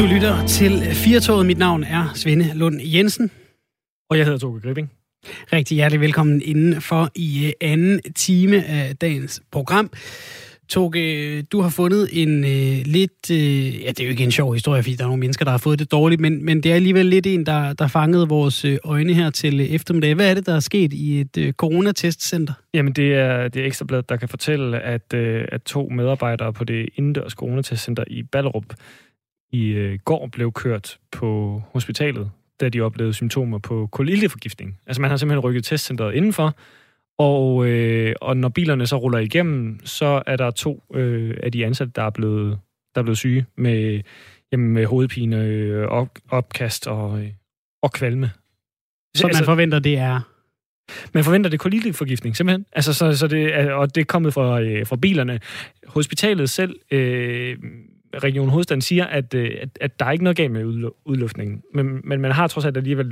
lytter til Firtoget. Mit navn er Svende Lund Jensen. Og jeg hedder Toge Gripping. Rigtig hjertelig velkommen indenfor i anden time af dagens program. Toge, du har fundet en lidt... ja, det er jo ikke en sjov historie, fordi der er nogle mennesker, der har fået det dårligt, men det er alligevel lidt en, der fangede vores øjne her til eftermiddag. Hvad er det, der er sket i et coronatestcenter? Jamen, det er Ekstrabladet, der kan fortælle, at 2 medarbejdere på det indendørs coronatestcenter i Ballerup i går blev kørt på hospitalet, da de oplevede symptomer på kulilteforgiftning. Altså, man har simpelthen rykket testcenteret indenfor, og når bilerne så ruller igennem, så er der 2 af de ansatte, der er blevet syge med hovedpine, opkast og kvalme. Så man forventer, det er... Man forventer, det er kulilteforgiftning, simpelthen. Altså, så det er kommet fra bilerne. Hospitalet selv, Region Hovedstaden, siger, at der er ikke noget galt med udluftningen. Men man har trods alt alligevel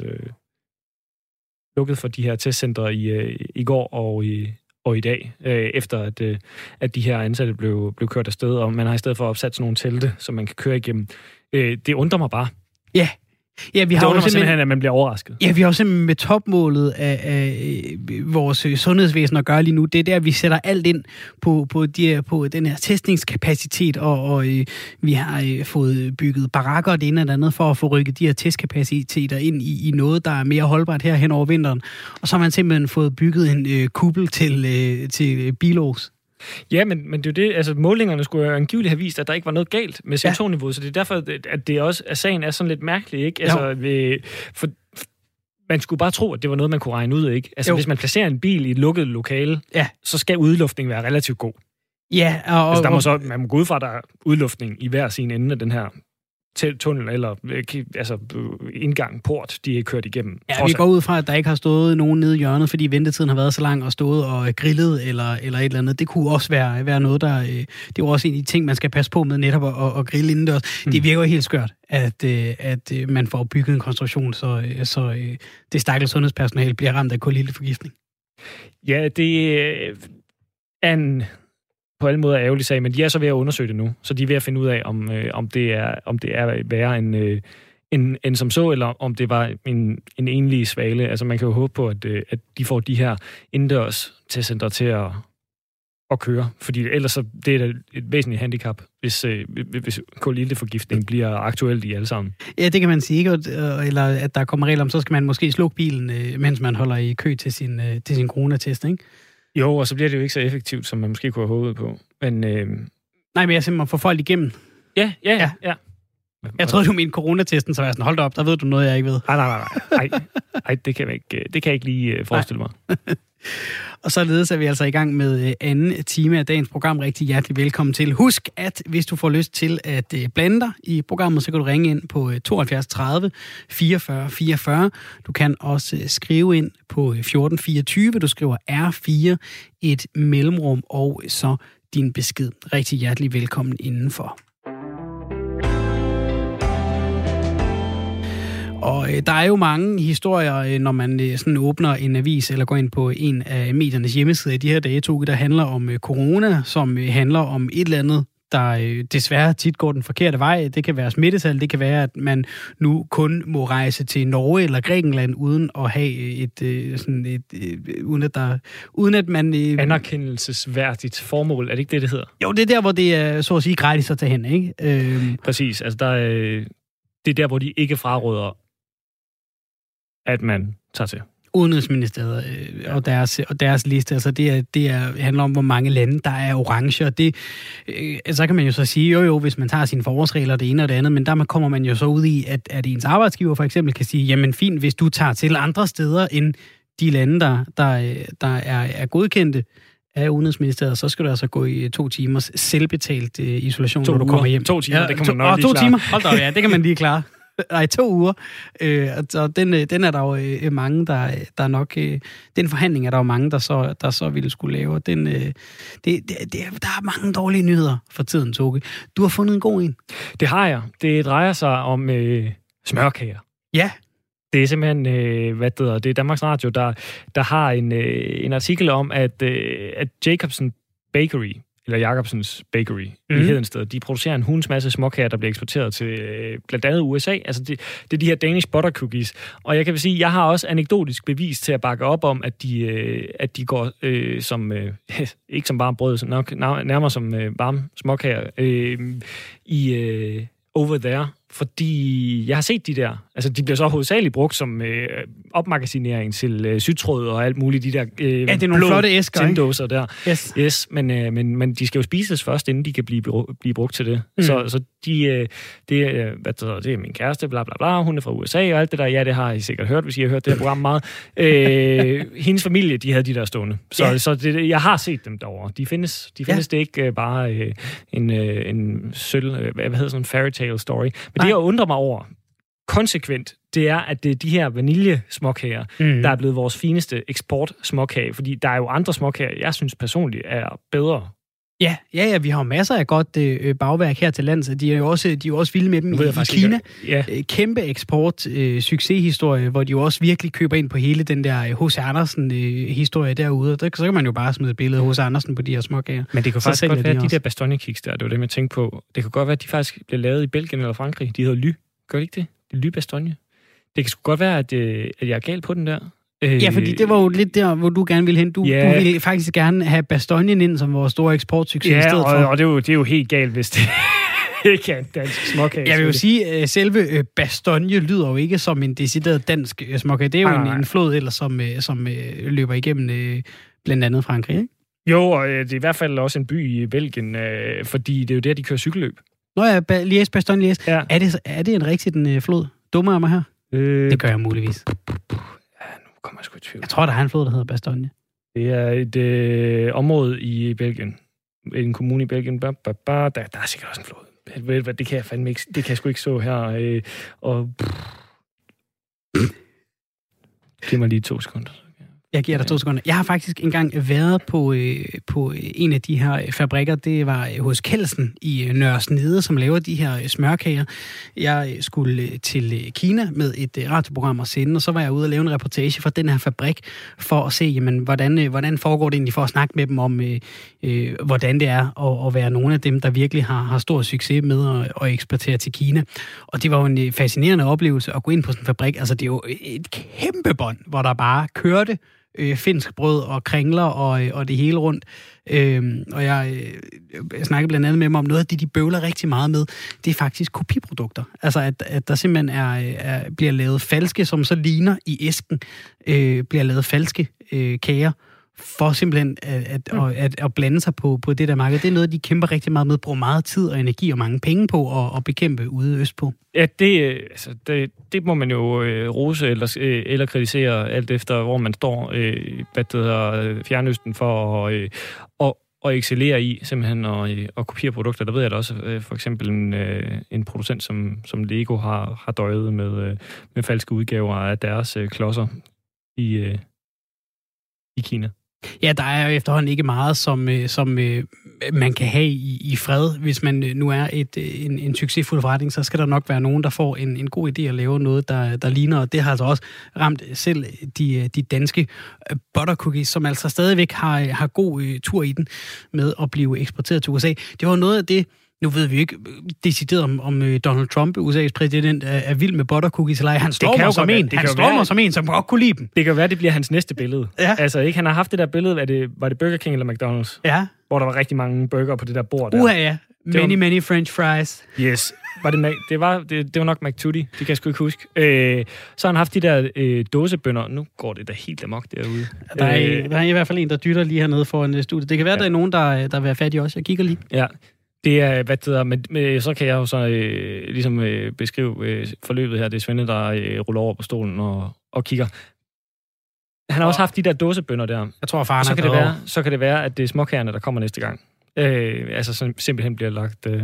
lukket for de her testcentre i går og i dag, efter at de her ansatte blev kørt afsted, og man har i stedet for opsat sådan nogle telte, som man kan køre igennem. Det undrer mig bare. Ja. Ja, vi har det undrer mig simpelthen, at man bliver overrasket. Ja, vi har jo simpelthen med topmålet af vores sundhedsvæsen at gøre lige nu. Det er der, vi sætter alt ind på den her testningskapacitet, og vi har fået bygget barakker og det ene og det andet for at få rykket de her testkapaciteter ind i noget, der er mere holdbart her hen over vinteren. Og så har man simpelthen fået bygget en kuppel til bilås. Ja, men det er jo det, altså målingerne skulle jo angiveligt have vist, at der ikke var noget galt med symptomniveauet, så det er derfor, at det også, at sagen er sådan lidt mærkelig, ikke? Altså, for man skulle bare tro, at det var noget, man kunne regne ud, ikke? Altså, hvis man placerer en bil i et lukket lokale, så skal udluftningen være relativt god. Ja, altså, man må gå ud fra, at der er udluftning i hver sin ende af den her tunnel eller indgang, port, de er kørt igennem. Ja, vi går ud fra, at der ikke har stået nogen nede i hjørnet, fordi ventetiden har været så lang og stået og grillet eller et eller andet. Det kunne også være noget, der... det er jo også en af de ting, man skal passe på med netop at grille indendørs. Det virker jo helt skørt, at man får bygget en konstruktion, så det stakkels sundhedspersonale bliver ramt af kulilteforgiftning. Ja, det er en... på alle måder ærgerlig sag, men de er så ved at undersøge det nu, så de er ved at finde ud af, om det er værre end som så, eller om det var en enlig svale. Altså man kan jo håbe på, at de får de her indendørs testcentre til at køre, fordi ellers så det er et væsentligt handicap, hvis kulilteforgiftning bliver aktuelt i alle sammen. Ja, det kan man sige, ikke? Eller at der kommer regler om, så skal man måske slukke bilen, mens man holder i kø til sin coronatest, ikke? Jo, og så bliver det jo ikke så effektivt, som man måske kunne have håbet på. Men, nej, men jeg simpelthen får folk igennem. Ja. Jeg troede, du mente coronatesten, så var jeg sådan, hold da op, der ved du noget, jeg ikke ved. Nej, det kan jeg ikke lige forestille mig. Og således er vi altså i gang med anden time af dagens program. Rigtig hjertelig velkommen til. Husk, at hvis du får lyst til at blande dig i programmet, så kan du ringe ind på 72 30 44 44. Du kan også skrive ind på 1424. Du skriver R4, et mellemrum og så din besked. Rigtig hjertelig velkommen indenfor. Og der er jo mange historier, når man sådan åbner en avis eller går ind på en af mediernes hjemmesider i de her dage, der handler om corona, som handler om et eller andet, der desværre tit går den forkerte vej. Det kan være smittetal, det kan være, at man nu kun må rejse til Norge eller Grækenland uden at have uden at man... anerkendelsesværdigt formål, er det ikke det hedder? Jo, det er der, hvor det er så at sige gratis at tage hen, ikke? Præcis, altså det er der, hvor de ikke fraråder, at man tager til. Udenrigsministeriet og deres liste, altså det handler om, hvor mange lande, der er orange, og det, så kan man jo så sige, jo, hvis man tager sine forholdsregler, det ene og det andet, men der kommer man jo så ud i, at ens arbejdsgiver for eksempel kan sige, jamen fint, hvis du tager til andre steder end de lande, der er godkendte af Udenrigsministeriet, så skal du altså gå i 2 timers selvbetalt isolation, når du kommer hjem. 2 timer, det kan man nok lige 2 klare. timer, hold da, ja, det kan man lige klare. Nej, 2 uger. Og den er der jo mange, der nok... Den forhandling er der jo mange, der så ville skulle lave. Der er mange dårlige nyheder for tiden, Toge. Du har fundet en god en. Det har jeg. Det drejer sig om smørkager. Ja. Det er simpelthen, det er Danmarks Radio, der har en artikel om, at Jacobsen Bakery eller Jacobsens Bakery i Hedensted. De producerer en hunds masse småkager, der bliver eksporteret til blandt andet USA. Altså det er de her Danish butter cookies. Og jeg kan sige, jeg har også anekdotisk bevis til at bakke op om, at de går som ikke som varmt brød, nok nærmere som varme småkager i over there. Fordi jeg har set de der, altså de bliver så hovedsageligt brugt som opmagasinering til sytråd og alt muligt, de der det er nogle flotte æsker, tindåser der. Yes, men de skal jo spises først, inden de kan blive brugt til det. Så det er min kæreste, bla bla bla, hun er fra USA og alt det der. Ja, det har I sikkert hørt, hvis I har hørt det her program meget. Hendes familie, de havde de der stående. Så jeg har set dem derovre. De findes det ikke bare en sølv, hvad hedder sådan en fairy tale story. Men det, jeg undrer mig over konsekvent, det er, at det er de her vaniljesmåkager, der er blevet vores fineste eksport-småkage. Fordi der er jo andre småkager, jeg synes personligt er bedre. Ja, vi har masser af godt bagværk her til lands. De er jo også vilde med dem i Kina. Kæmpe eksport-succeshistorie, hvor de jo også virkelig køber ind på hele den der H.C. Andersen-historie derude. Så kan man jo bare smide et billede af H.C. Andersen på de her småkager. Men det kan faktisk godt være, at de der Bastogne-kiks der, det var det, jeg tænkte på. Det kan godt være, at de faktisk bliver lavet i Belgien eller Frankrig. De hedder Ly. Gør det ikke det? Det er Ly Bastogne. Det kan sgu godt være, at jeg er gal på den der. Ja, fordi det var jo lidt der, hvor du gerne ville hen. Du ville faktisk gerne have Bastogne ind som vores store eksportsucces i stedet for. Og det er jo helt galt, hvis det ikke er en dansk småkage. Jeg vil jo sige, at selve Bastogne lyder jo ikke som en decideret dansk småkage. Det er jo en flod, eller som løber igennem blandt andet Frankrig, ikke? Jo, og det er i hvert fald også en by i Belgien, fordi det er jo der, de kører cykelløb. Nå ja, Bastogne. Ja. Er det en rigtig flod? Dummer jeg mig her? Det gør jeg muligvis. Kommer jeg sgu i tvivl. Jeg tror, der er en flod, der hedder Bastogne. Det er et område i Belgien. En kommune i Belgien. Der er sikkert også en flod. Det kan jeg fandme ikke. Det kan jeg sgu ikke så her. Giv mig lige 2 sekunder. Jeg giver dig 2 sekunder. Jeg har faktisk engang været på en af de her fabrikker. Det var hos Kelsen i Nørre Snede, som laver de her smørkager. Jeg skulle til Kina med et radioprogram og sende, og så var jeg ude og lave en reportage fra den her fabrik, for at se, jamen, hvordan foregår det egentlig, for at snakke med dem om, hvordan det er at være nogle af dem, der virkelig har stor succes med at eksportere til Kina. Og det var jo en fascinerende oplevelse at gå ind på sådan en fabrik. Altså, det er jo et kæmpe bånd, hvor der bare kørte finsk brød og kringler og det hele rundt. Og jeg snakkede blandt andet med dem om noget af det, de bøvler rigtig meget med. Det er faktisk kopiprodukter. Altså, at der simpelthen bliver lavet falske, som så ligner i æsken, bliver lavet falske kager, for simpelthen at blande sig på det der marked. Det er noget, de kæmper rigtig meget med, bruger meget tid og energi og mange penge på at bekæmpe ude østpå. Ja, det må man jo rose eller kritisere, alt efter hvor man står Fjernøsten for at excellere i, simpelthen at kopiere produkter. Der ved jeg da også, for eksempel en producent som Lego har døjet med falske udgaver af deres klodser i Kina. Ja, der er jo efterhånden ikke meget, som man kan have i fred. Hvis man nu er en succesfuld forretning, så skal der nok være nogen, der får en god idé at lave noget, der ligner. Og det har altså også ramt selv de danske buttercookies, som altså stadigvæk har god tur i den med at blive eksporteret til USA. Det var noget af det. Nu ved vi ikke decideret om Donald Trump, USA's præsident, er vild med buttercookies, eller han står mig som en, som godt kunne lide dem. Det kan være, det bliver hans næste billede. Ja. Altså, ikke? Han har haft det der billede, var det Burger King eller McDonald's? Ja. Hvor der var rigtig mange burger på det der bord der. Ja. Many french fries. Yes. Det var nok McTootie. Det kan jeg sgu ikke huske. Så har han haft de der dåsebønner. Nu går det da helt amok derude. Der er i hvert fald en, der dytter lige hernede foran studiet. Det kan være, der er nogen, der vil være fat i også. Jeg kigger lige. Ja. Det er, men så kan jeg jo så beskrive forløbet her. Det er Svende, der ruller over på stolen og kigger. Han har også haft de der dåsebønner der. Jeg tror, faren så kan det være, at det er småkagerne, der kommer næste gang. Altså simpelthen bliver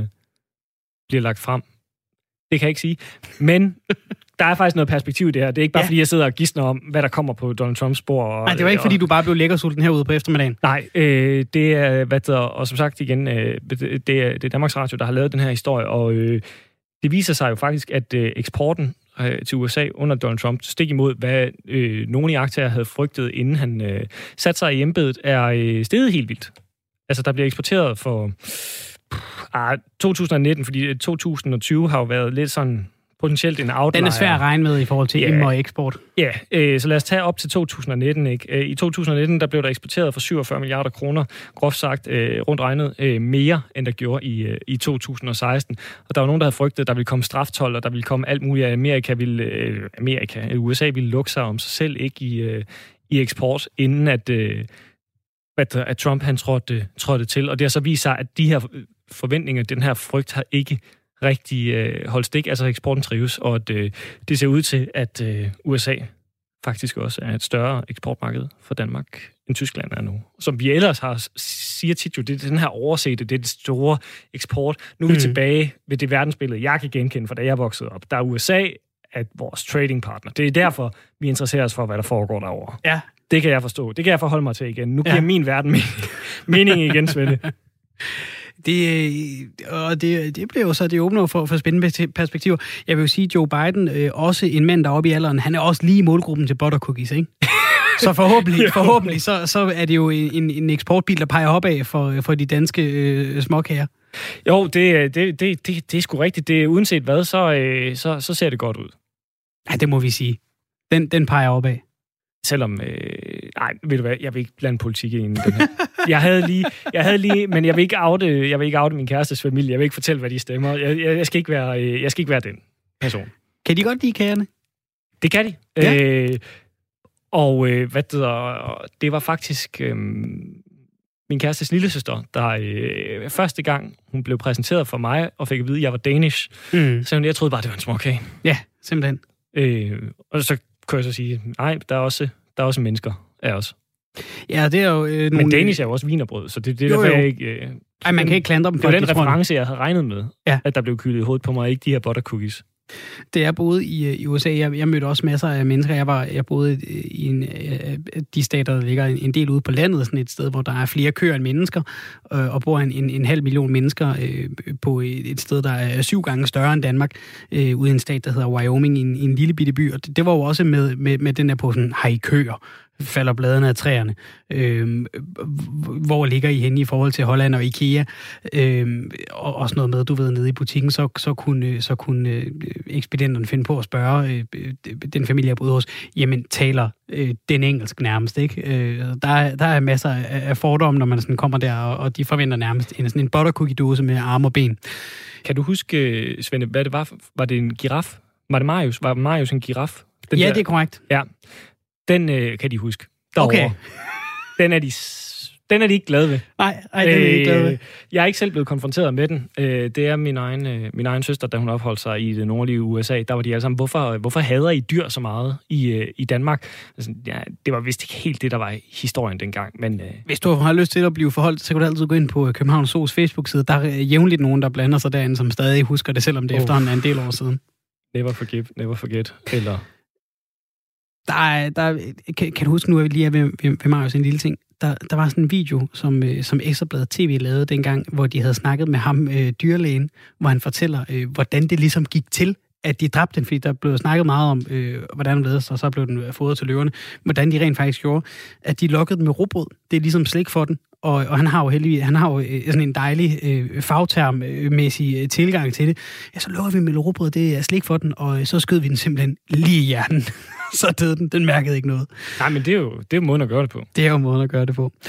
lagt frem. Det kan jeg ikke sige. Men der er faktisk noget perspektiv i det her. Det er ikke bare, fordi jeg sidder og gisner om, hvad der kommer på Donald Trumps spor. Nej, det var ikke, fordi du bare blev lækkersulten herude på eftermiddagen. Nej, det er, og som sagt igen, det er Danmarks Radio, der har lavet den her historie, og det viser sig jo faktisk, at eksporten til USA under Donald Trump, stik imod, hvad nogle iagttagere havde frygtet, inden han satte sig i embedet, er steget helt vildt. Altså, der bliver eksporteret for 2019, fordi 2020 har jo været lidt sådan potentielt en outlier. Den er svær at regne med i forhold til import og eksport. Ja, så lad os tage op til 2019. Ikke? I 2019 der blev der eksporteret for 47 milliarder kroner, groft sagt rundt regnet mere, end der gjorde i 2016. Og der var nogen, der havde frygtet, at der ville komme straftold, og der ville komme alt muligt. USA ville lukke sig om sig selv ikke i eksport, inden at Trump han trådte til. Og det har så vist sig, at de her forventninger, den her frygt, har ikke rigtig holdt stik, altså eksporten trives, og at det ser ud til, at USA faktisk også er et større eksportmarked for Danmark, end Tyskland er nu. Som vi ellers siger tit jo, det er den her oversete, det er det store eksport. Nu er vi tilbage ved det verdensbillede, jeg kan genkende, for da jeg voksede op. Der er USA at vores trading partner. Det er derfor, vi interesserer os for, hvad der foregår derovre. Ja. Det kan jeg forstå. Det kan jeg forholde mig til igen. Nu giver min verden mening igen, Svende. Det bliver jo så, det åbner for spændende perspektiver. Jeg vil jo sige, Joe Biden, også en mand deroppe i alderen, han er også lige i målgruppen til butter cookies, ikke? Så forhåbentlig så er det jo en eksportbil, der peger opad for de danske småkager. Jo, det er sgu rigtigt. Det, uanset hvad, så ser det godt ud. Ja, det må vi sige. Den peger opad. Selvom, ved du hvad, jeg vil ikke blande politik ind i den her. Jeg havde lige, men jeg vil ikke oute min kærestes familie. Jeg vil ikke fortælle, hvad de stemmer. Jeg skal ikke være den person. Kan de godt lide kagerne? Det kan de. Ja. Det var faktisk min kærestes lillesøster, der første gang, hun blev præsenteret for mig, og fik at vide, at jeg var Danish. Så jeg troede bare, det var en småkage. Ja, simpelthen. Og så kunne jeg så sige, nej, der er også mennesker af os. Ja, det er jo Men Danish er jo også wienerbrød, så det er derfor, jeg ikke... man kan ikke klandre dem for det. Det var den reference, jeg havde regnet med, at der blev kylet i hovedet på mig, ikke de her butter cookies. Da jeg boede i USA, jeg mødte også masser af mennesker. Jeg boede i de stater, der ligger en del ude på landet, sådan et sted, hvor der er flere køer end mennesker, og bor en halv million mennesker på et sted, der er 7 gange større end Danmark, ude i en stat, der hedder Wyoming, i en lille bitte by. Og det var jo også med den der på sådan, har I køer? Falder bladene af træerne. Hvor ligger I henne i forhold til Holland og IKEA? Og også noget med, du ved, nede i butikken, så kunne ekspedienterne finde på at spørge den familie, jeg boede hos, jamen, taler den engelsk nærmest, ikke? Der er masser af fordomme, når man sådan kommer der, og de forventer nærmest sådan en buttercookie-dåse med arme og ben. Kan du huske, Svende, hvad det var? Var det en giraf? Var Marius en giraf? Det er korrekt. Ja. Den kan de huske. Derovre. Okay. Den er de ikke glade ved. Nej, den er de ikke glade ved. Jeg er ikke selv blevet konfronteret med den. Det er min egen søster, da hun opholdt sig i det nordlige USA. Der var de alle sammen, hvorfor hader I dyr så meget i Danmark? Altså, ja, det var vist ikke helt det, der var historien dengang. Men, hvis du har lyst til at blive forholdt, så kan du altid gå ind på Københavns Zoos Facebook-side. Der er jævnligt nogen, der blander sig derinde, som stadig husker det, selvom det efterhånden er en del år siden. Never forget. Eller... Kan du huske nu, at vi lige er ved Marius en lille ting? Der var sådan en video, som Ekstrabladet TV lavede dengang, hvor de havde snakket med ham, dyrlægen, hvor han fortæller, hvordan det ligesom gik til, at de dræbte den, fordi der blev snakket meget om, hvordan den ledtes, og så blev den fodret til løverne. Hvordan de rent faktisk gjorde, at de lokkede den med rugbrød. Det er ligesom slik for den. Og han har jo sådan en dejlig fagtermmæssig tilgang til det. Ja, så lukker vi med rugbrød, det er slik for den, og så skød vi den simpelthen lige i hjernen. Så døde den. Den mærkede ikke noget. Nej, men det er jo måden at gøre det på. Det er jo måden at gøre det på.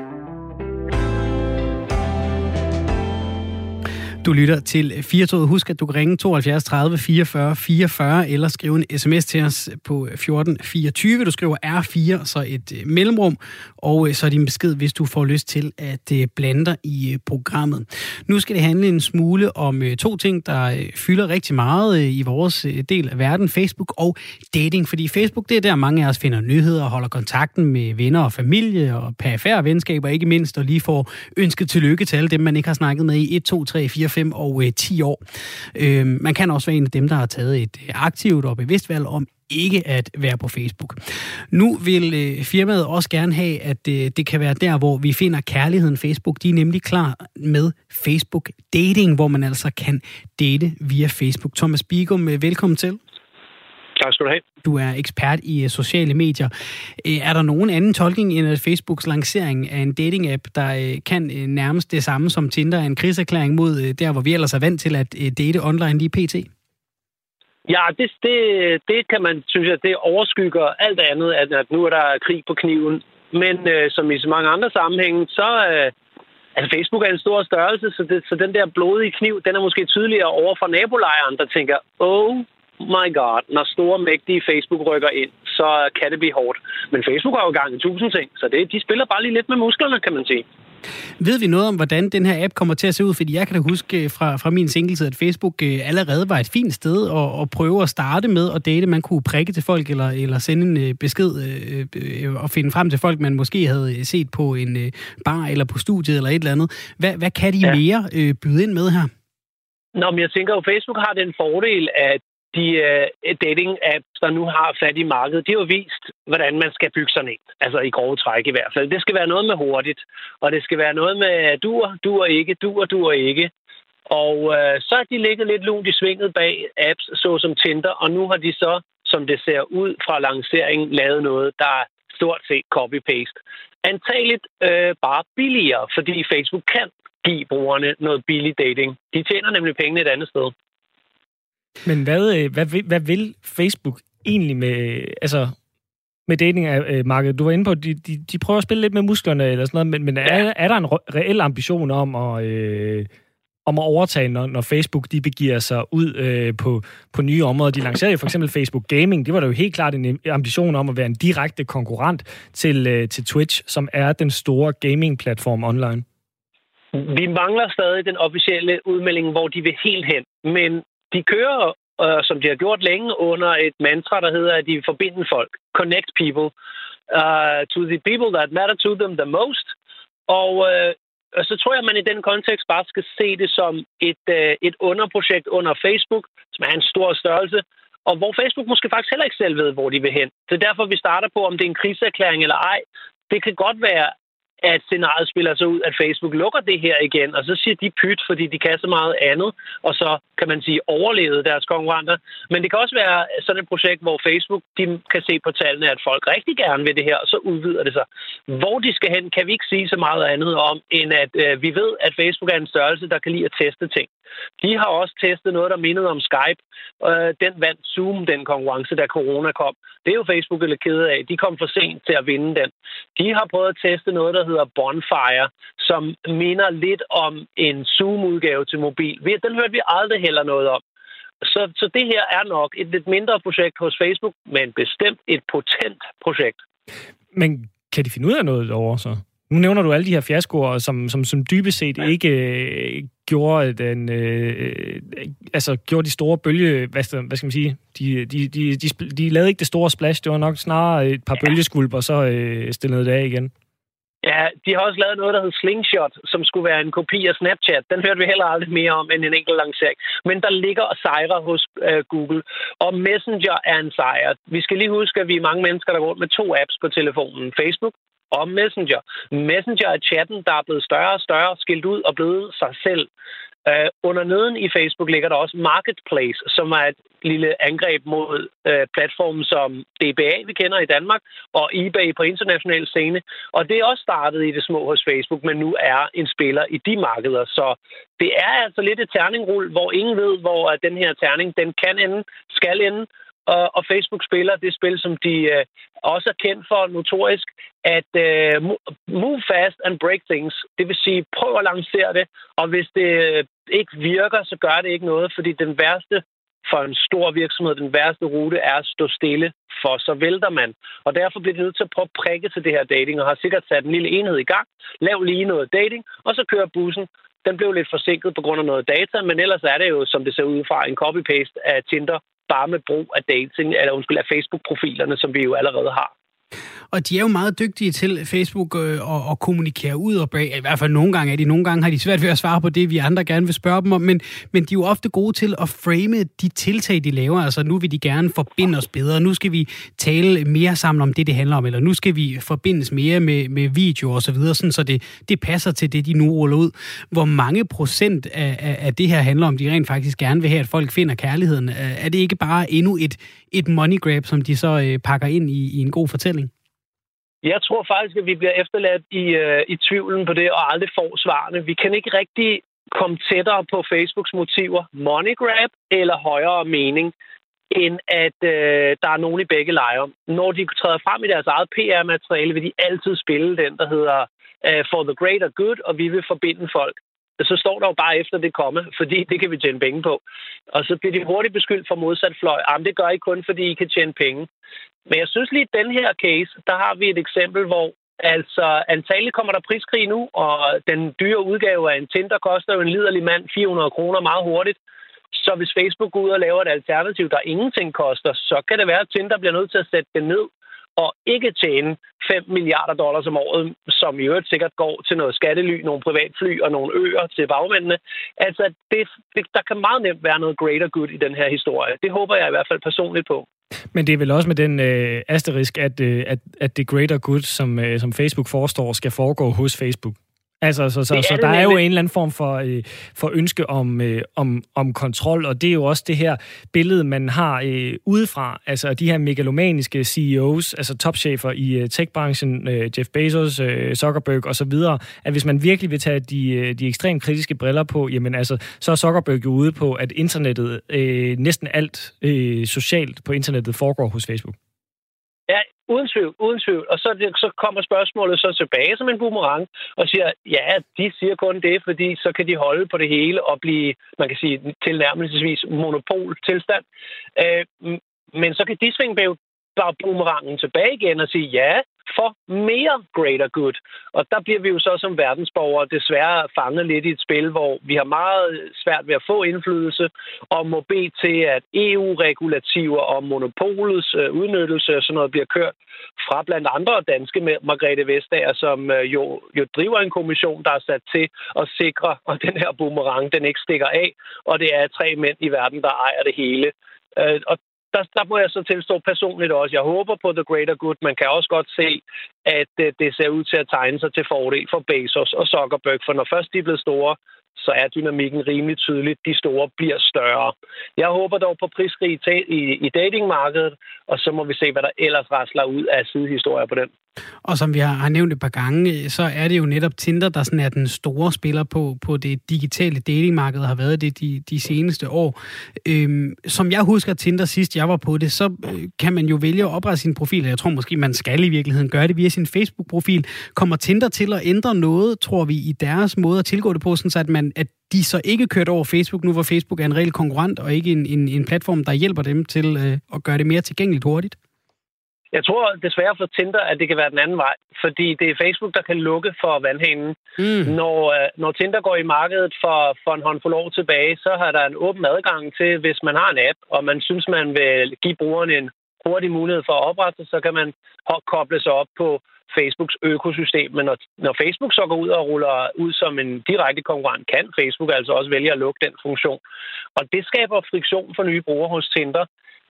Du lytter til 4-toget. Husk, at du kan ringe 72 30 44 44 eller skrive en sms til os på 1424. Du skriver R4, så et mellemrum, og så din besked, hvis du får lyst til at blande dig i programmet. Nu skal det handle en smule om 2 ting, der fylder rigtig meget i vores del af verden. Facebook og dating. Fordi Facebook, det er der mange af os finder nyheder og holder kontakten med venner og familie og perifære venskaber, ikke mindst, og lige får ønsket tillykke til alle dem, man ikke har snakket med i 1, 2, 3, 4, 5 og 10 år. Man kan også være en af dem, der har taget et aktivt og bevidst valg om ikke at være på Facebook. Nu vil firmaet også gerne have, at det kan være der, hvor vi finder kærligheden. Facebook, de er nemlig klar med Facebook Dating, hvor man altså kan date via Facebook. Thomas Bigum, velkommen til. Tak skal du have. Du er ekspert i sociale medier. Er der nogen anden tolkning end at Facebooks lancering af en dating-app, der kan nærmest det samme som Tinder, en krigserklæring mod der, hvor vi ellers er vant til at date online lige pt? Ja, det kan man, synes jeg, det overskygger alt andet, at nu er der krig på kniven. Men som i så mange andre sammenhænge, så Facebook er en stor størrelse, så den der blodige kniv, den er måske tydeligere over for nabolejren, der tænker, oh my god, når store, mægtige Facebook rykker ind, så kan det blive hårdt. Men Facebook har jo gang i 1000 ting, så de spiller bare lige lidt med musklerne, kan man sige. Ved vi noget om, hvordan den her app kommer til at se ud? Fordi jeg kan da huske fra min singletid, at Facebook allerede var et fint sted at prøve at starte med at date. Man kunne prikke til folk eller sende en besked og finde frem til folk, man måske havde set på en bar eller på studiet eller et eller andet. Hvad kan de mere byde ind med her? Nå, men jeg tænker jo, Facebook har den fordel, at de dating-apps, der nu har fat i markedet, de har jo vist, hvordan man skal bygge sådan en. Altså i grove træk i hvert fald. Det skal være noget med hurtigt, og det skal være noget med duer ikke. Og så har de ligget lidt lunt i svinget bag apps, såsom Tinder, og nu har de så, som det ser ud fra lanceringen, lavet noget, der er stort set copy-paste. Antageligt bare billigere, fordi Facebook kan give brugerne noget billig dating. De tjener nemlig pengene et andet sted. Men hvad vil Facebook egentlig med datingmarkedet? Du var inde på, de prøver at spille lidt med musklerne eller sådan noget, men er der en reel ambition om at overtage, når Facebook de begiver sig ud på nye områder? De lancerede jo for eksempel Facebook Gaming. Det var der jo helt klart en ambition om at være en direkte konkurrent til Twitch, som er den store gaming-platform online. Vi mangler stadig den officielle udmelding, hvor de vil helt hen, men de kører, som de har gjort længe, under et mantra, der hedder, at de forbinder folk. Connect people to the people that matter to them the most. Og så tror jeg, at man i den kontekst bare skal se det som et underprojekt under Facebook, som er en stor størrelse, og hvor Facebook måske faktisk heller ikke selv ved, hvor de vil hen. Det er derfor, vi starter på, om det er en krigserklæring eller ej. Det kan godt være, at scenariet spiller sig ud, at Facebook lukker det her igen, og så siger de pyt, fordi de kan så meget andet, og så kan man sige overlevede deres konkurrenter. Men det kan også være sådan et projekt, hvor Facebook de kan se på tallene, at folk rigtig gerne vil det her, og så udvider det sig. Hvor de skal hen, kan vi ikke sige så meget andet om, end at vi ved, at Facebook er en størrelse, der kan lide at teste ting. De har også testet noget, der mindede om Skype. Den vandt Zoom, den konkurrence, da corona kom. Det er jo Facebook lidt kede af. De kom for sent til at vinde den. De har prøvet at teste noget, der hedder Bonfire, som minder lidt om en Zoom-udgave til mobil. Den hørte vi aldrig heller noget om. Så det her er nok et lidt mindre projekt hos Facebook, men bestemt et potent projekt. Men kan de finde ud af noget derovre så? Nu nævner du alle de her fiaskoer, som dybest set ikke gjorde gjorde de store bølge, hvad skal man sige, de lavede ikke det store splash, det var nok snarere et par bølgeskvulper, så stillede det af igen. Ja, de har også lavet noget, der hedder Slingshot, som skulle være en kopi af Snapchat. Den hørte vi heller aldrig mere om end en enkelt lancering. Men der ligger og sejrer hos Google, og Messenger er en sejr. Vi skal lige huske, at vi er mange mennesker, der går rundt med 2 apps på telefonen. Facebook og Messenger. Messenger er chatten, der er blevet større og større, skilt ud og blevet sig selv. Under neden i Facebook ligger der også Marketplace, som er et lille angreb mod platformen som DBA, vi kender i Danmark, og eBay på international scene. Og det er også startet i det små hos Facebook, men nu er en spiller i de markeder. Så det er altså lidt et terningrull, hvor ingen ved, hvor den her terning den kan ende, skal ende. Og Facebook spiller det spil, som de også er kendt for notorisk, at move fast and break things. Det vil sige, prøv at lancere det, og hvis det ikke virker, så gør det ikke noget, fordi den værste for en stor virksomhed, den værste rute er at stå stille, for så vælter man. Og derfor bliver det nødt til at prøve at prikke til det her dating, og har sikkert sat en lille enhed i gang, lav lige noget dating, og så kører bussen. Den blev lidt forsinket på grund af noget data, men ellers er det jo, som det ser ud fra, en copy-paste af Tinder, bare med brug af dating, af Facebook-profilerne, som vi jo allerede har. Og de er jo meget dygtige til Facebook at kommunikere ud og bag. I hvert fald nogle gange har de svært ved at svare på det, vi andre gerne vil spørge dem om, men de er jo ofte gode til at frame de tiltag, de laver. Altså nu vil de gerne forbinde os bedre, nu skal vi tale mere sammen om det handler om, eller nu skal vi forbindes mere med video og så videre, sådan, så det passer til det, de nu ruller ud. Hvor mange procent af det her handler om, de rent faktisk gerne vil have, at folk finder kærligheden? Er det ikke bare endnu et money grab, som de så pakker ind i en god fortælling? Jeg tror faktisk, at vi bliver efterladt i tvivlen på det, og aldrig får svarene. Vi kan ikke rigtig komme tættere på Facebooks motiver, money grab eller højere mening, end at der er nogen i begge lejre. Når de træder frem i deres eget PR-materiale, vil de altid spille den, der hedder for the greater good, og vi vil forbinde folk. Så står der jo bare efter det komme, fordi det kan vi tjene penge på. Og så bliver de hurtigt beskyldt for modsat fløj. Jamen, det gør I kun, fordi I kan tjene penge. Men jeg synes lige, at den her case, der har vi et eksempel, hvor altså antageligt kommer der priskrig nu, og den dyre udgave af en Tinder koster jo en liderlig mand 400 kroner meget hurtigt. Så hvis Facebook går ud og laver et alternativ, der ingenting koster, så kan det være, at Tinder bliver nødt til at sætte det ned og ikke tjene $5 milliarder om året, som i øvrigt sikkert går til noget skattely, nogle privatfly og nogle øer til bagmændene. Altså, der kan meget nemt være noget greater good i den her historie. Det håber jeg i hvert fald personligt på. Men det er vel også med den asterisk, at det greater good, som Facebook forestår, skal foregå hos Facebook. Altså, så der er jo en eller anden form for ønske om kontrol, og det er jo også det her billede, man har udefra, altså de her megalomaniske CEOs, altså topchefer i techbranchen, Jeff Bezos, Zuckerberg og så videre, at hvis man virkelig vil tage de ekstremt kritiske briller på, jamen altså, så er Zuckerberg jo ude på, at internettet, næsten alt socialt på internettet foregår hos Facebook. Ja, uden tvivl. Og så kommer spørgsmålet så tilbage som en boomerang og siger, ja, de siger kun det, fordi så kan de holde på det hele og blive, man kan sige, tilnærmelsesvis monopoltilstand. Men så kan de svinge bare boomerangen tilbage igen og sige, ja, for mere greater good. Og der bliver vi jo så som verdensborgere desværre fanget lidt i et spil, hvor vi har meget svært ved at få indflydelse og må bede til, at EU-regulativer og monopolets udnyttelse og sådan noget bliver kørt fra blandt andre danske med Margrethe Vestager, som jo driver en kommission, der er sat til at sikre, at den her boomerang, den ikke stikker af, og det er 3 mænd i verden, der ejer det hele. Og der må jeg så tilstå personligt også. Jeg håber på the greater good. Man kan også godt se, at det ser ud til at tegne sig til fordel for Bezos og Zuckerberg, for når først de er blevet store, så er dynamikken rimelig tydeligt. De store bliver større. Jeg håber dog på priskrig i datingmarkedet, og så må vi se, hvad der ellers rasler ud af sidehistorier på den. Og som vi har nævnt et par gange, så er det jo netop Tinder, der sådan er den store spiller på det digitale datingmarked, har været det de seneste år. Som jeg husker Tinder sidst, jeg var på det, så kan man jo vælge at oprette sin profil. Jeg tror måske, man skal i virkeligheden gøre det via sin Facebook-profil. Kommer Tinder til at ændre noget, tror vi, i deres måde at tilgå det på, sådan at de så ikke kørt over Facebook nu, hvor Facebook er en reel konkurrent, og ikke en platform, der hjælper dem til at gøre det mere tilgængeligt hurtigt? Jeg tror desværre for Tinder, at det kan være den anden vej, fordi det er Facebook, der kan lukke for vandhanen. Når Tinder går i markedet for en håndfuld år tilbage, så har der en åben adgang til, hvis man har en app, og man synes, man vil give brugeren en hurtig mulighed for at oprette, så kan man koble sig op på Facebooks økosystem. Men når Facebook så går ud og ruller ud som en direkte konkurrent, kan Facebook altså også vælge at lukke den funktion. Og det skaber friktion for nye brugere hos Tinder.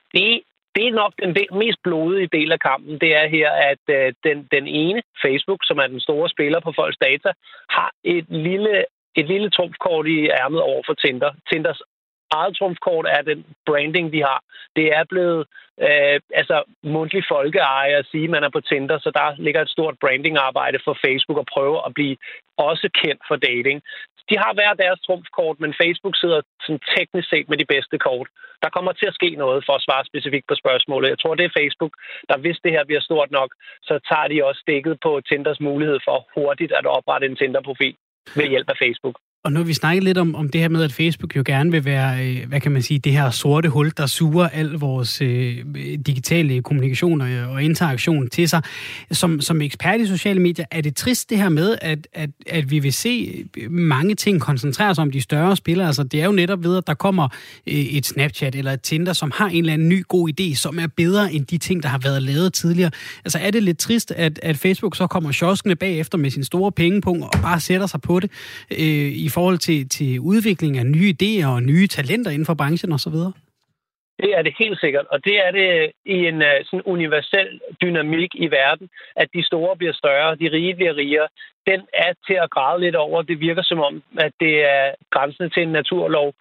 Det er nok den mest blodige del af kampen. Det er her, at den ene, Facebook, som er den store spiller på folks data, har et lille trumfkort i ærmet over for Tinder. Tinders eget trumfkort er den branding, de har. Det er blevet mundtlig folkeeje at sige, at man er på Tinder, så der ligger et stort brandingarbejde for Facebook at prøve at blive også kendt for dating. De har hver deres trumfkort, men Facebook sidder sådan teknisk set med de bedste kort. Der kommer til at ske noget for at svare specifikt på spørgsmålet. Jeg tror, det er Facebook, der hvis det her bliver stort nok, så tager de også stikket på Tinders mulighed for hurtigt at oprette en Tinder-profil ved hjælp af Facebook. Og nu har vi snakket lidt om det her med, at Facebook jo gerne vil være, hvad kan man sige, det her sorte hul, der suger al vores digitale kommunikation og interaktion til sig. Som ekspert i sociale medier, er det trist det her med, at vi vil se mange ting koncentrere sig om de større spillere? Altså det er jo netop ved, at der kommer et Snapchat eller et Tinder, som har en eller anden ny god idé, som er bedre end de ting, der har været lavet tidligere. Altså er det lidt trist, at Facebook så kommer kioskene bagefter med sin store pengepunkt og bare sætter sig på det i forhold til udvikling af nye idéer og nye talenter inden for branchen osv.? Det er det helt sikkert, og det er det i en sådan universel dynamik i verden, at de store bliver større, de rige bliver rigere. Den er til at græde lidt over. Det virker som om, at det er grænsen til en naturlov.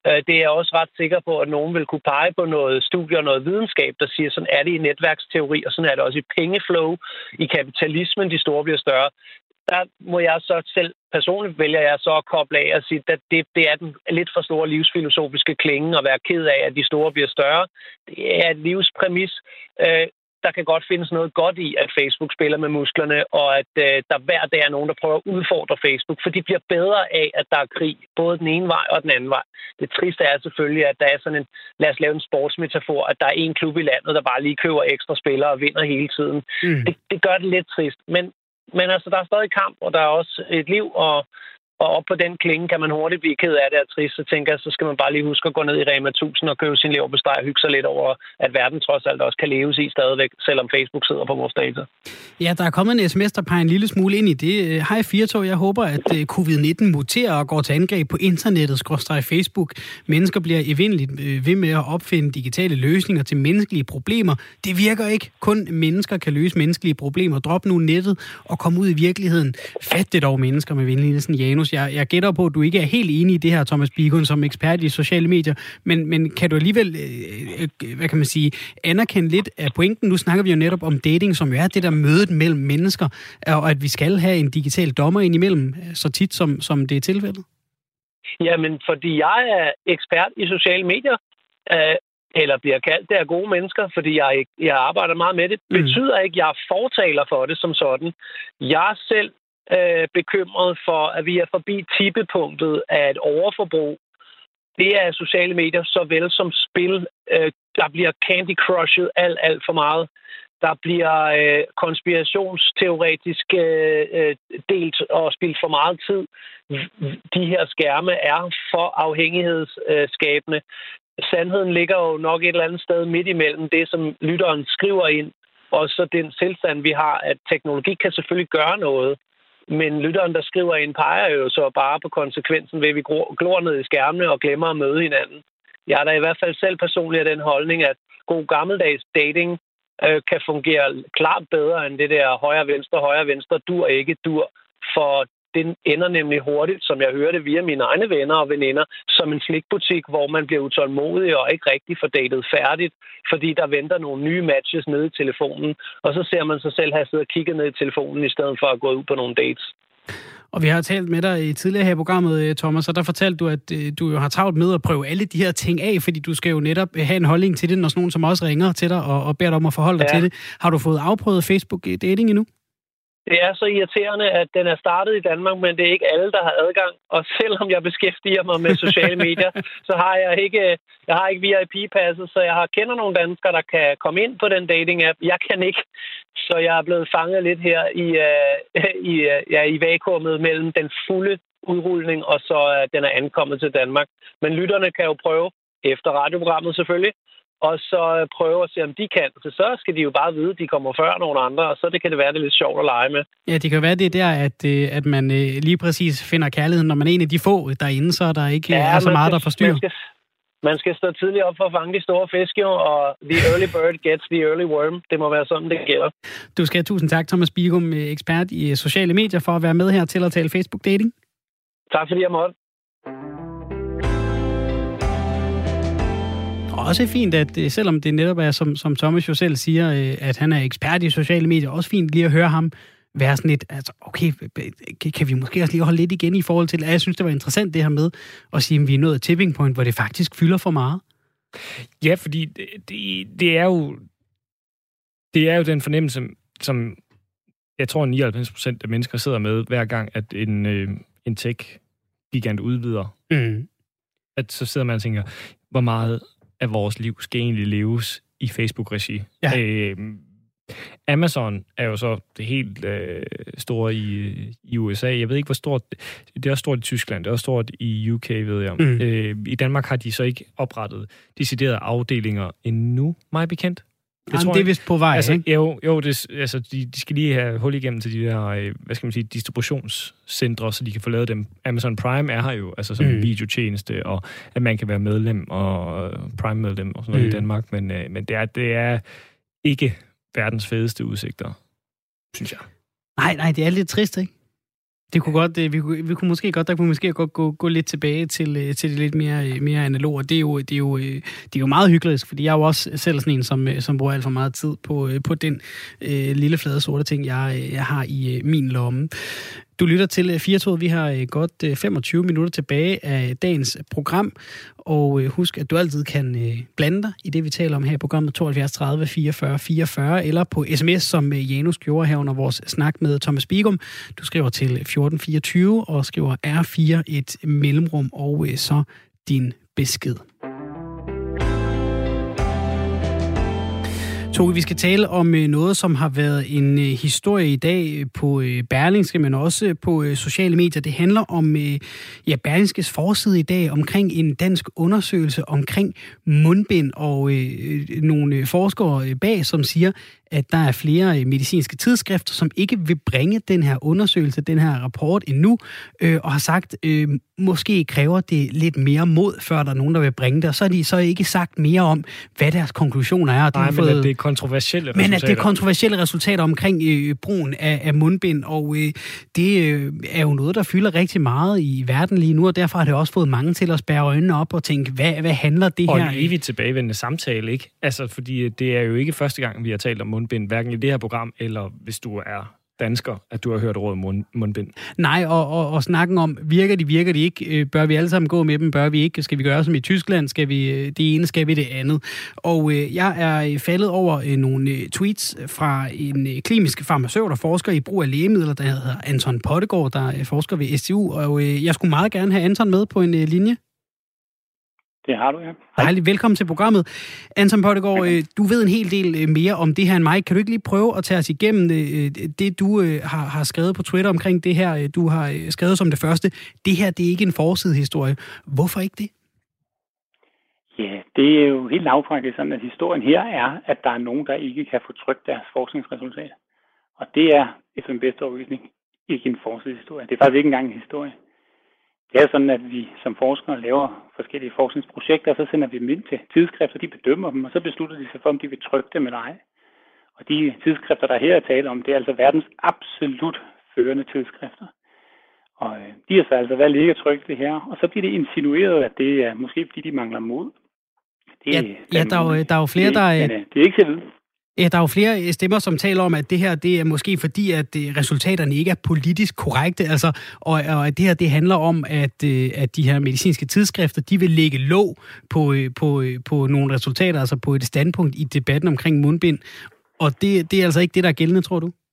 Det er jeg også ret sikker på, at nogen vil kunne pege på noget studie og noget videnskab, der siger, sådan er det i netværksteori, og sådan er det også i pengeflow, i kapitalismen, de store bliver større. Der må jeg så selv, personligt vælger jeg så at koble af og sige, at det er den lidt for store livsfilosofiske klinge at være ked af, at de store bliver større. Det er et livspræmis. Der kan godt findes noget godt i, at Facebook spiller med musklerne, og at der hver dag er nogen, der prøver at udfordre Facebook, for de bliver bedre af, at der er krig, både den ene vej og den anden vej. Det triste er selvfølgelig, at der er sådan en, lad os lave en sportsmetafor, at der er en klub i landet, der bare lige køber ekstra spillere og vinder hele tiden. Det gør det lidt trist, men altså, der er stadig kamp, og der er også et liv, og op på den klinge kan man hurtigt blive ked af det og trist. Så tænker jeg, så skal man bare lige huske at gå ned i Rema 1000 og købe sin leverpostej og hygge sig lidt over, at verden trods alt også kan leves i stadigvæk, selvom Facebook sidder på vores data. Ja, der er kommet en sms, der peger en lille smule ind i det. Hej Firtog, jeg håber, at covid-19 muterer og går til angreb på internettet, /Facebook. Mennesker bliver evindeligt ved med at opfinde digitale løsninger til menneskelige problemer. Det virker ikke. Kun mennesker kan løse menneskelige problemer. Drop nu nettet og kom ud i virkeligheden. Fat det dog, mennesker, med venligheden Janus. Jeg gætter på, at du ikke er helt enig i det her, Thomas Bigum, som ekspert i sociale medier, men kan du alligevel, hvad kan man sige, anerkende lidt af pointen? Nu snakker vi jo netop om dating, som jo er det der mødet mellem mennesker, og at vi skal have en digital dommer indimellem, så tit som det er tilfældet. Jamen, fordi jeg er ekspert i sociale medier, eller bliver kaldt det af gode mennesker, fordi jeg arbejder meget med det, betyder ikke, at jeg er fortaler for det som sådan. Jeg er selv bekymret for, at vi er forbi tippepunktet af et overforbrug. Det er sociale medier såvel som spil. Der bliver Candy Crushet alt for meget. Der bliver konspirationsteoretisk delt og spildt for meget tid. De her skærme er for afhængighedsskabende. Sandheden ligger jo nok et eller andet sted midt imellem det, som lytteren skriver ind, og så den tilstand, vi har, at teknologi kan selvfølgelig gøre noget. Men lytteren, der skriver ind, peger jo så bare på konsekvensen ved, at vi glor ned i skærmene og glemmer at møde hinanden. Jeg er da i hvert fald selv personligt af den holdning, at god gammeldags dating kan fungere klart bedre end det der højre-venstre dur, for den ender nemlig hurtigt, som jeg hørte via mine egne venner og veninder, som en slikbutik, hvor man bliver utålmodig og ikke rigtig får datet færdigt, fordi der venter nogle nye matches nede i telefonen, og så ser man sig selv have siddet og kigget ned i telefonen, i stedet for at gå ud på nogle dates. Og vi har talt med dig tidligere her i programmet, Thomas, og der fortalte du, at du jo har travlt med at prøve alle de her ting af, fordi du skal jo netop have en holdning til det, når sådan nogen som også ringer til dig og beder dig om at forholde dig til det. Har du fået afprøvet Facebook-dating endnu? Det er så irriterende, at den er startet i Danmark, men det er ikke alle, der har adgang. Og selvom jeg beskæftiger mig med sociale medier, så har jeg ikke VIP-passet, så jeg kender nogle danskere, der kan komme ind på den dating-app. Jeg kan ikke, så jeg er blevet fanget lidt her i vakuumet mellem den fulde udrulning, og så den er ankommet til Danmark. Men lytterne kan jo prøve, efter radioprogrammet selvfølgelig, og så prøve at se, om de kan. Så skal de jo bare vide, at de kommer før nogle andre, og så kan det være, det er lidt sjovt at lege med. Ja, det kan være, det er der, at man lige præcis finder kærligheden. Når man er en af de få derinde, så er der ikke så meget, der forstyrrer. Man skal stå tidligt op for at fange de store fisk, og the early bird gets the early worm. Det må være sådan, det gælder. Du skal have tusind tak, Thomas Bigum, ekspert i sociale medier, for at være med her til at tale Facebook-dating. Tak fordi jeg måtte. Og også fint, at selvom det netop er, som Thomas jo selv siger, at han er ekspert i sociale medier, også fint lige at høre ham være sådan lidt, altså okay, kan vi måske også lige holde lidt igen i forhold til, at jeg synes, det var interessant det her med at sige, at vi er nået tipping point, hvor det faktisk fylder for meget. Ja, fordi det er jo den fornemmelse, som jeg tror 99% af mennesker sidder med, hver gang, at en tech-gigant udvider. Mm. At så sidder man og tænker, hvor meget af vores liv skal egentlig leves i Facebook-regi. Ja. Amazon er jo så det helt store i USA. Jeg ved ikke, hvor stort... Det er også stort i Tyskland, det er også stort i UK, ved jeg. Mm. I Danmark har de så ikke oprettet deciderede afdelinger endnu, mig bekendt. Det er vist på vej, altså, ikke? Jo, de skal lige have hul igennem til de der, hvad skal man sige, distributionscentre, så de kan få lavet dem. Amazon Prime er her jo, altså som en videotjeneste, og at man kan være medlem og Prime-medlem og sådan noget i Danmark, men det er ikke verdens fedeste udsigter, synes jeg. Nej, det er lidt trist, ikke? Det kunne godt, vi kunne måske godt gå lidt tilbage til det lidt mere analoge. Det er jo meget hyggeligt, fordi jeg er jo også selv sådan en, som bruger alt for meget tid på den lille flade sorte ting, jeg har i min lomme. Du lytter til Firtoget. Vi har godt 25 minutter tilbage af dagens program. Og husk, at du altid kan blande dig i det, vi taler om her i programmet 72 30 44 44, eller på sms, som Janus gjorde her under vores snak med Thomas Bigum. Du skriver til 1424 og skriver R4 et mellemrum, og så din besked. Toge, vi skal tale om noget, som har været en historie i dag på Berlingske, men også på sociale medier. Det handler om Berlingskes forside i dag omkring en dansk undersøgelse omkring mundbind, og nogle forskere bag, som siger, at der er flere medicinske tidsskrifter, som ikke vil bringe den her undersøgelse, den her rapport endnu, og har sagt, måske kræver det lidt mere mod, før der er nogen, der vil bringe det. Og så har de så ikke sagt mere om, hvad deres konklusioner er. Nej, men at det er kontroversielle resultater. Men at det er kontroversielle resultater omkring brugen af mundbind, og det er jo noget, der fylder rigtig meget i verden lige nu, og derfor har det også fået mange til at spærre øjnene op og tænke, hvad handler det her? Og en evigt tilbagevendende samtale, ikke? Altså, fordi det er jo ikke første gang, vi har talt om mundbind, hverken i det her program, eller hvis du er dansker, at du har hørt ordet mundbind. Nej, og snakken om, virker de ikke? Bør vi alle sammen gå med dem? Bør vi ikke? Skal vi gøre som i Tyskland? Skal vi det ene? Skal vi det andet? Og jeg er faldet over nogle tweets fra en klinisk farmaceut og forsker i brug af lægemidler, der hedder Anton Pottegård, der forsker ved STU, og jeg skulle meget gerne have Anton med på en linje. Det har du, ja. Dejligt. Velkommen til programmet. Anton Pottegård, du ved en hel del mere om det her end mig. Kan du ikke lige prøve at tage os igennem det, du har skrevet på Twitter omkring det her? Du har skrevet som det første. Det her, det er ikke en forsidehistorie. Hvorfor ikke det? Ja, det er jo helt lavpraktisk sådan, at historien her er, at der er nogen, der ikke kan få trykt deres forskningsresultat. Og det er, efter min bedste overbevisning, ikke en forsidehistorie. Det er faktisk ikke engang en historie. Det er sådan, at vi som forskere laver forskellige forskningsprojekter, og så sender vi dem ind til tidsskrifter, de bedømmer dem, og så beslutter de sig for, om de vil trykke dem eller ej. Og de tidsskrifter, der her er tale om, det er altså verdens absolut førende tidsskrifter. Og de har så altså valgt ikke at trykke det her, og så bliver det insinueret, at det er måske fordi de mangler mod. Der er jo flere, der... Det er ikke til at vide. Ja, der er jo flere stemmer, som taler om, at det her, det er måske fordi, at resultaterne ikke er politisk korrekte, altså, og at det her, det handler om, at de her medicinske tidsskrifter, de vil lægge låg på nogle resultater, altså på et standpunkt i debatten omkring mundbind, og det er altså ikke det, der er gældende, tror du?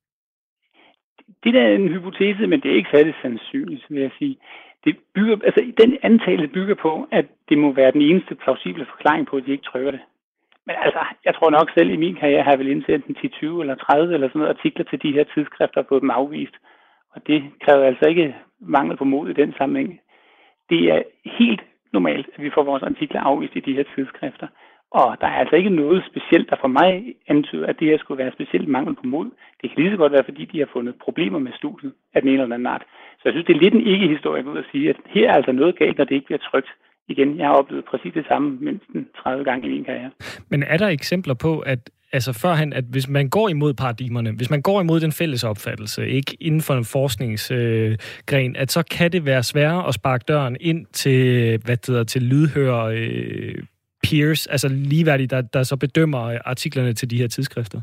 Det der er en hypotese, men det er ikke særlig sandsynligt, vil jeg sige. Den antagelse bygger på, at det må være den eneste plausible forklaring på, at de ikke trykker det. Men altså, jeg tror nok selv i min karriere har jeg vel indsendt en 10-20 eller 30 eller sådan noget artikler til de her tidsskrifter og fået dem afvist. Og det kræver altså ikke mangel på mod i den sammenhæng. Det er helt normalt, at vi får vores artikler afvist i de her tidsskrifter. Og der er altså ikke noget specielt, der for mig antyder, at det her skulle være specielt mangel på mod. Det kan lige så godt være, fordi de har fundet problemer med studiet af den ene eller anden art. Så jeg synes, det er lidt en ikke-historie ud at sige, at her er altså noget galt, når det ikke bliver trykt. Igen, jeg har oplevet præcis det samme mindst 30 gange i min karriere. Men er der eksempler på, at altså førhen, at hvis man går imod paradigmerne, hvis man går imod den fælles opfattelse, ikke inden for en forskningsgren, at så kan det være sværere at sparke døren ind til, til lydhøre peers, altså ligeværdige, der så bedømmer artiklerne til de her tidsskrifter?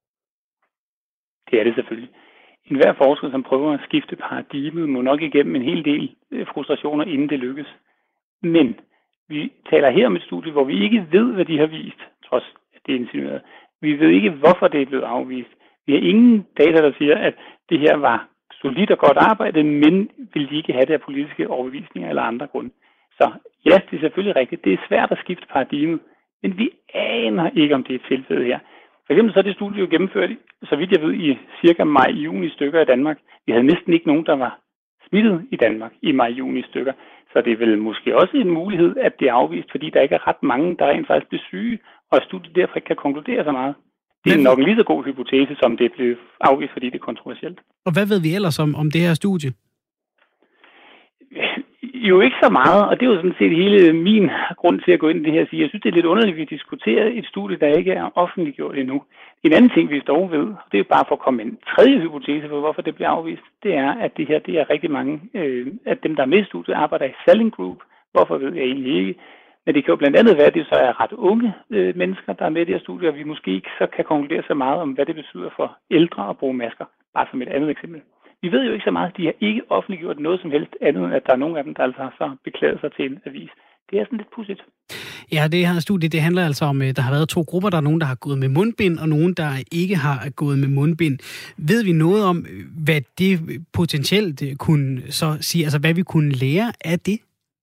Det er det selvfølgelig. Enhver forsker, som prøver at skifte paradigmet, må nok igennem en hel del frustrationer, inden det lykkes. Men vi taler her om et studie, hvor vi ikke ved, hvad de har vist, trods at det er insinueret. Vi ved ikke, hvorfor det er blevet afvist. Vi har ingen data, der siger, at det her var solidt og godt arbejde, men vil de ikke have det af politiske overbevisninger eller andre grunde. Så ja, det er selvfølgelig rigtigt. Det er svært at skifte paradigmet, men vi aner ikke, om det er tilfældet her. For eksempel så er det studie jo gennemført, så vidt jeg ved, i cirka maj-juni stykker i Danmark. Vi havde næsten ikke nogen, der var smittet i Danmark i maj-juni stykker. Så det er vel måske også en mulighed, at det er afvist, fordi der ikke er ret mange, der rent faktisk bliver syge, og studiet derfor ikke kan konkludere så meget. Det er nok en lige så god hypotese, som det blev afvist, fordi det er kontroversielt. Og hvad ved vi ellers om det her studie? Jo ikke så meget, og det er jo sådan set hele min grund til at gå ind i det her og sige, jeg synes, det er lidt underligt, at vi diskuterer et studie, der ikke er offentliggjort endnu. En anden ting, vi dog ved, og det er jo bare for at komme med en tredje hypotese for, hvorfor det bliver afvist, det er, at det her, det er rigtig mange af dem, der er med i studiet, arbejder i Selling Group. Hvorfor ved jeg egentlig ikke. Men det kan jo blandt andet være, at det så er ret unge mennesker, der er med i det her studie, og vi måske ikke så kan konkludere så meget om, hvad det betyder for ældre at bruge masker. Bare som et andet eksempel. Vi ved jo ikke så meget. De har ikke offentliggjort noget som helst andet, end at der er nogle af dem, der altså har så beklaget sig til en avis. Det er sådan lidt pudsigt. Ja, det her studie, det handler altså om, der har været 2 grupper. Der er nogen, der har gået med mundbind, og nogen, der ikke har gået med mundbind. Ved vi noget om, hvad det potentielt kunne så sige, altså hvad vi kunne lære af det?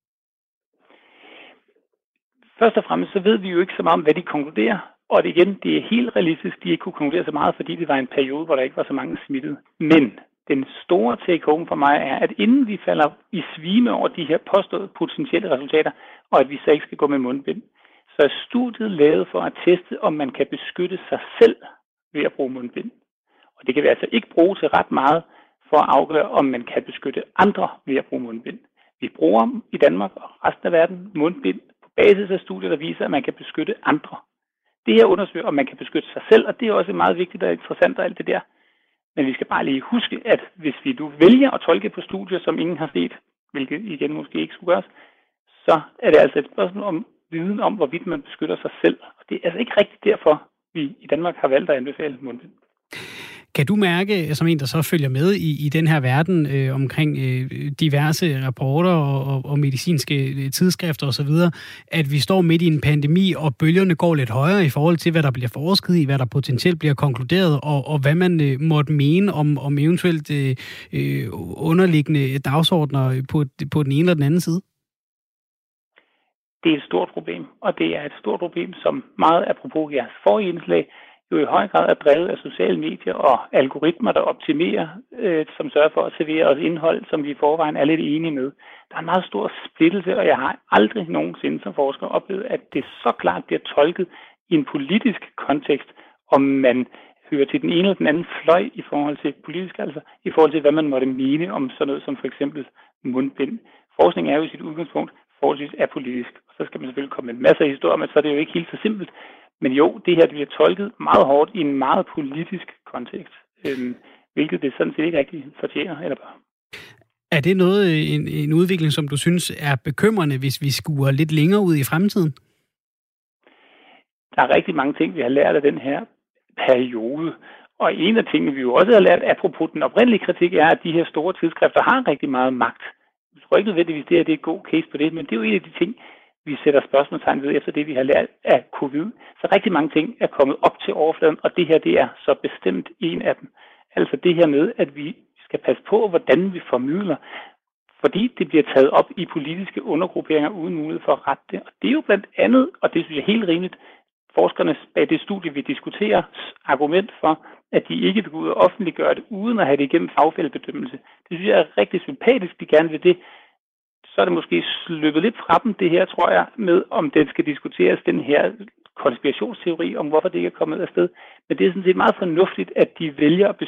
Først og fremmest så ved vi jo ikke så meget om, hvad de konkluderer. Og det er helt realistisk, de ikke kunne konkludere så meget, fordi det var en periode, hvor der ikke var så mange smittede. Men den store take-home for mig er, at inden vi falder i svime over de her påståede potentielle resultater, og at vi så ikke skal gå med mundbind, så er studiet lavet for at teste, om man kan beskytte sig selv ved at bruge mundbind. Og det kan vi altså ikke bruge til ret meget for at afgøre, om man kan beskytte andre ved at bruge mundbind. Vi bruger i Danmark og resten af verden mundbind på basis af studier, der viser, at man kan beskytte andre. Det her undersøger, om man kan beskytte sig selv, og det er også meget vigtigt og interessant og alt det der. Men vi skal bare lige huske, at hvis vi nu vælger at tolke på studier, som ingen har set, hvilket igen måske ikke skulle gøres, så er det altså et spørgsmål om viden om, hvorvidt man beskytter sig selv. Og det er altså ikke rigtigt derfor, vi i Danmark har valgt at anbefale mundbind. Kan du mærke, som en, der så følger med i den her verden omkring diverse rapporter og medicinske tidsskrifter osv., at vi står midt i en pandemi, og bølgerne går lidt højere i forhold til, hvad der bliver forsket i, hvad der potentielt bliver konkluderet, og hvad man måtte mene om eventuelt underliggende dagsordner på den ene eller den anden side? Det er et stort problem, og det er et stort problem, som meget apropos jeres forrige indslag, jo i høj grad er drevet af sociale medier og algoritmer, der optimerer, som sørger for at servere os indhold, som vi i forvejen er lidt enige med. Der er en meget stor splittelse, og jeg har aldrig nogensinde som forsker oplevet, at det så klart bliver tolket i en politisk kontekst, om man hører til den ene eller den anden fløj i forhold til politisk, altså i forhold til, hvad man måtte mene om sådan noget som for eksempel mundbind. Forskning er jo i sit udgangspunkt forholdsvis apolitisk, og så skal man selvfølgelig komme med en masse historier, men så er det jo ikke helt så simpelt. Men jo, det her bliver tolket meget hårdt i en meget politisk kontekst, hvilket det sådan set ikke rigtig fortjener eller bør. Er det noget, en udvikling, som du synes er bekymrende, hvis vi skuer lidt længere ud i fremtiden? Der er rigtig mange ting, vi har lært af den her periode. Og en af tingene, vi jo også har lært, apropos den oprindelige kritik, er, at de her store tidsskrifter har rigtig meget magt. Jeg tror ikke nødvendigvis, det er et god case på det, men det er jo en af de ting, vi sætter spørgsmålstegn ved efter det, vi har lært af covid. Så rigtig mange ting er kommet op til overfladen, og det her, det er så bestemt en af dem. Altså det her med, at vi skal passe på, hvordan vi formidler, fordi det bliver taget op i politiske undergrupperinger uden mulighed for at rette det. Og det er jo blandt andet, og det synes jeg er helt rimeligt, forskernes bag det studie, vi diskuterer, argument for, at de ikke vil gå ud og offentliggøre det, uden at have det igennem fagfællebedømmelse. Det synes jeg er rigtig sympatisk, de gerne vil det. Så er det måske sløbet lidt fra dem, det her, tror jeg, med om det skal diskuteres, den her konspirationsteori om, hvorfor det ikke er kommet afsted. Men det er sådan set meget fornuftigt, at de vælger at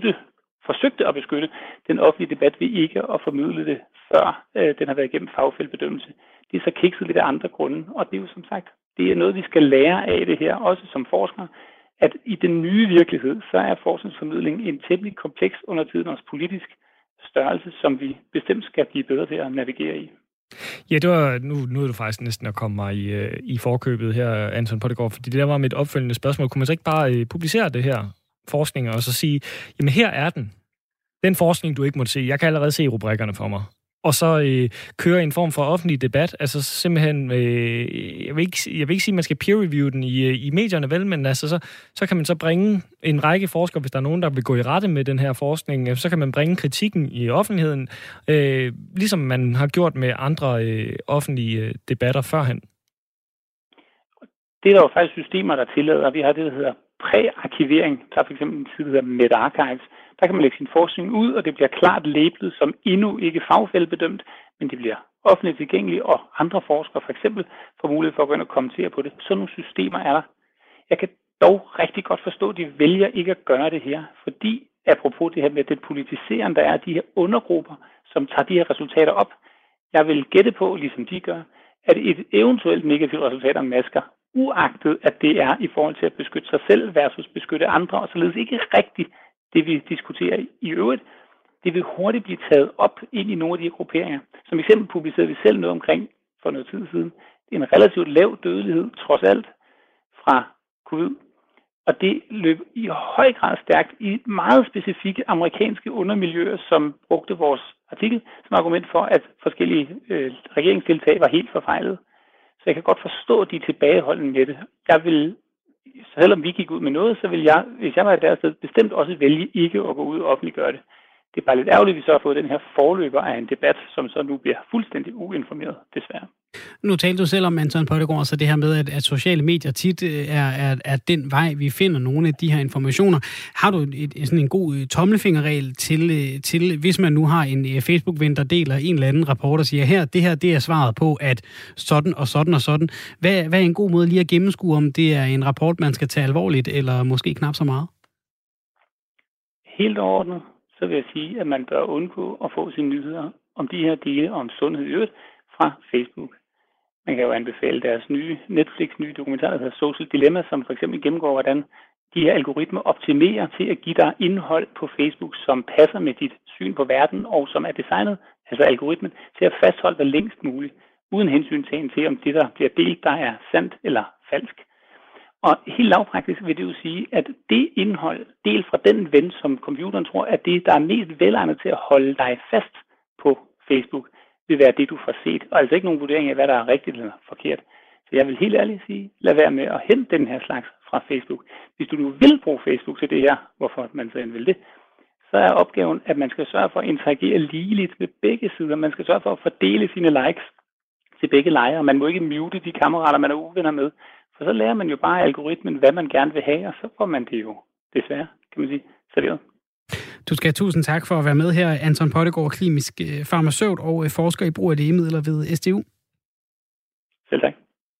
forsøgte at beskytte den offentlige debat ved ikke at formidle det, før den har været igennem fagfællebedømmelse. Det er så kikset lidt af andre grunde, og det er jo som sagt, det er noget, vi skal lære af det her, også som forskere, at i den nye virkelighed, så er forskningsformidling en temmelig kompleks undertiden også politisk størrelse, som vi bestemt skal blive bedre til at navigere i. Ja, det var, nu er du faktisk næsten at komme mig i forkøbet her, Anton Pottegård, fordi det der var mit opfølgende spørgsmål. Kunne man så ikke bare publicere det her forskning og så sige, jamen her er den forskning, du ikke måtte se. Jeg kan allerede se rubrikkerne for mig. Og så køre en form for offentlig debat. Altså simpelthen, jeg vil ikke sige, at man skal peer-review den i medierne, vel, men altså, så kan man så bringe en række forskere, hvis der er nogen, der vil gå i rette med den her forskning, så kan man bringe kritikken i offentligheden, ligesom man har gjort med andre offentlige debatter førhen. Det er der jo faktisk systemer, der tillader. Vi har det, der hedder præarkivering. Der er for eksempel en side, der hedder MedArchives. Der kan man lægge sin forskning ud, og det bliver klart labelet som endnu ikke fagfællebedømt, men det bliver offentligt tilgængeligt, og andre forskere for eksempel får mulighed for at gå ind og kommentere på det. Sådan nogle systemer er der. Jeg kan dog rigtig godt forstå, at de vælger ikke at gøre det her, fordi apropos det her med den politisering, der er de her undergrupper, som tager de her resultater op, Jeg vil gætte på, ligesom de gør, at et eventuelt negativt resultat af masker, uagtet at det er i forhold til at beskytte sig selv versus beskytte andre, og således ikke rigtigt det, vi diskuterer i øvrigt, det vil hurtigt blive taget op ind i nogle af de grupperinger. Som eksempel publicerede vi selv noget omkring for noget tid siden. Det er en relativt lav dødelighed, trods alt, fra covid. Og det løb i høj grad stærkt i meget specifikke amerikanske undermiljøer, som brugte vores artikel som argument for, at forskellige regeringstiltag var helt forfejlet. Så jeg kan godt forstå de tilbageholdende med det. Jeg vil, selvom vi gik ud med noget, så vil jeg, hvis jeg var der sted, bestemt også vælge ikke at gå ud og offentliggøre det. Det er bare lidt ærgerligt, at vi så har fået den her forløber af en debat, som så nu bliver fuldstændig uinformeret, desværre. Nu talte du selv om, Anton Pottegård, så det her med, at sociale medier tit er den vej, vi finder nogle af de her informationer. Har du sådan en god tommelfingerregel til, hvis man nu har en Facebook-ven, der deler en eller anden rapport og siger, det her det er svaret på, at sådan og sådan og sådan. Hvad er en god måde lige at gennemskue, om det er en rapport, man skal tage alvorligt, eller måske knap så meget? Helt overordnet, så vil jeg sige, at man bør undgå at få sine nyheder om de her dele om sundhed i øvrigt fra Facebook. Man kan jo anbefale deres nye dokumentar, der hedder Social Dilemma, som for eksempel gennemgår, hvordan de her algoritmer optimerer til at give dig indhold på Facebook, som passer med dit syn på verden, og som er designet, altså algoritmen, til at fastholde dig længst muligt, uden hensyntagen til, om det, der bliver delt, der er sandt eller falsk. Og helt lavpraktisk vil det jo sige, at det indhold, delt fra den ven, som computeren tror, at det, der er mest velegnet til at holde dig fast på Facebook, vil være det, du får set. Og altså ikke nogen vurdering af, hvad der er rigtigt eller forkert. Så jeg vil helt ærligt sige, lad være med at hente den her slags fra Facebook. Hvis du nu vil bruge Facebook til det her, hvorfor man så end vil det, så er opgaven, at man skal sørge for at interagere ligeligt med begge sider. Man skal sørge for at fordele sine likes til begge lejre. Man må ikke mute de kammerater, man er uvenner med. For så lærer man jo bare algoritmen, hvad man gerne vil have, og så får man det jo desværre, kan man sige, serveret. Du skal have tusind tak for at være med her, Anton Pottegård, klinisk farmaceut og forsker i brug af lægemidler ved SDU. Selv tak.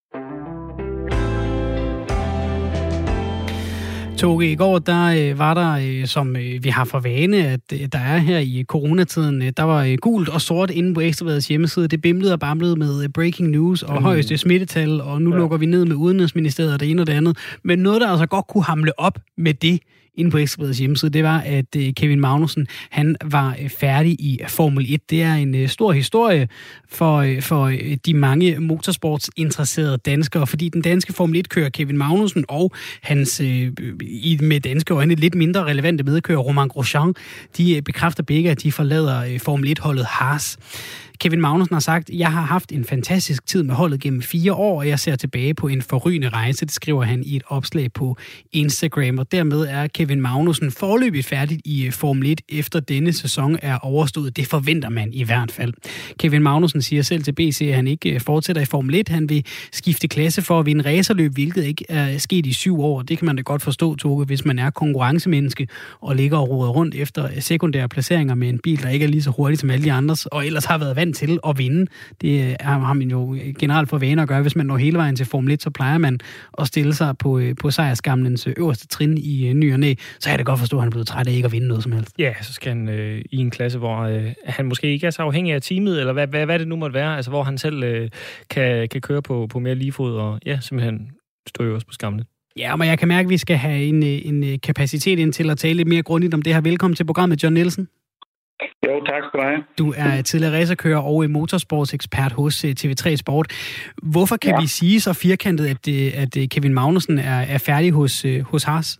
Toge, i går der var der, som vi har for vane, at der er her i coronatiden, der var gult og sort inde på Ekstra Bladets hjemmeside. Det bimlede og bamlede med breaking news og højeste smittetal, og nu lukker vi ned med Udenrigsministeriet og det ene og det andet. Men noget, der altså godt kunne hamle op med det, inde på Ekstra Bladets hjemmeside, det var, at Kevin Magnussen, han var færdig i Formel 1. Det er en stor historie for de mange motorsportsinteresserede danskere, fordi den danske Formel 1-kører Kevin Magnussen og hans med danske øjne lidt mindre relevante medkører Romain Grosjean, de bekræfter begge, at de forlader Formel 1-holdet Haas. Kevin Magnussen har sagt, jeg har haft en fantastisk tid med holdet gennem 4 år, og jeg ser tilbage på en forrygende rejse. Det skriver han i et opslag på Instagram, og dermed er Kevin Magnussen foreløbigt færdigt i Formel 1, efter denne sæson er overstået. Det forventer man i hvert fald. Kevin Magnussen siger selv til BC, at han ikke fortsætter i Formel 1. Han vil skifte klasse for at vinde racerløb, hvilket ikke er sket i 7 år. Det kan man da godt forstå, Toge, hvis man er konkurrencemenneske og ligger og roder rundt efter sekundære placeringer med en bil, der ikke er lige så hurtig som alle de andres, og ellers har været vant til at vinde. Det har man jo generelt for vane at gøre. Hvis man når hele vejen til Formel 1, så plejer man at stille sig på sejrsgamlens øverste trin i ny og næ. Så jeg da godt forstå, at han er blevet træt af ikke at vinde noget som helst. Ja, så skal han i en klasse, hvor han måske ikke er så afhængig af teamet, eller hvad det nu måtte være, altså hvor han selv kan køre på mere lige fod, og ja, simpelthen stå øverst på skamlen. Ja, men jeg kan mærke, at vi skal have en kapacitet ind til at tale lidt mere grundigt om det her. Velkommen til programmet, John Nielsen. Jo, tak skal du have. Du er tidligere racerkører og motorsportsekspert hos TV3 Sport. Hvorfor kan vi sige så firkantet, at Kevin Magnussen er færdig hos Haas?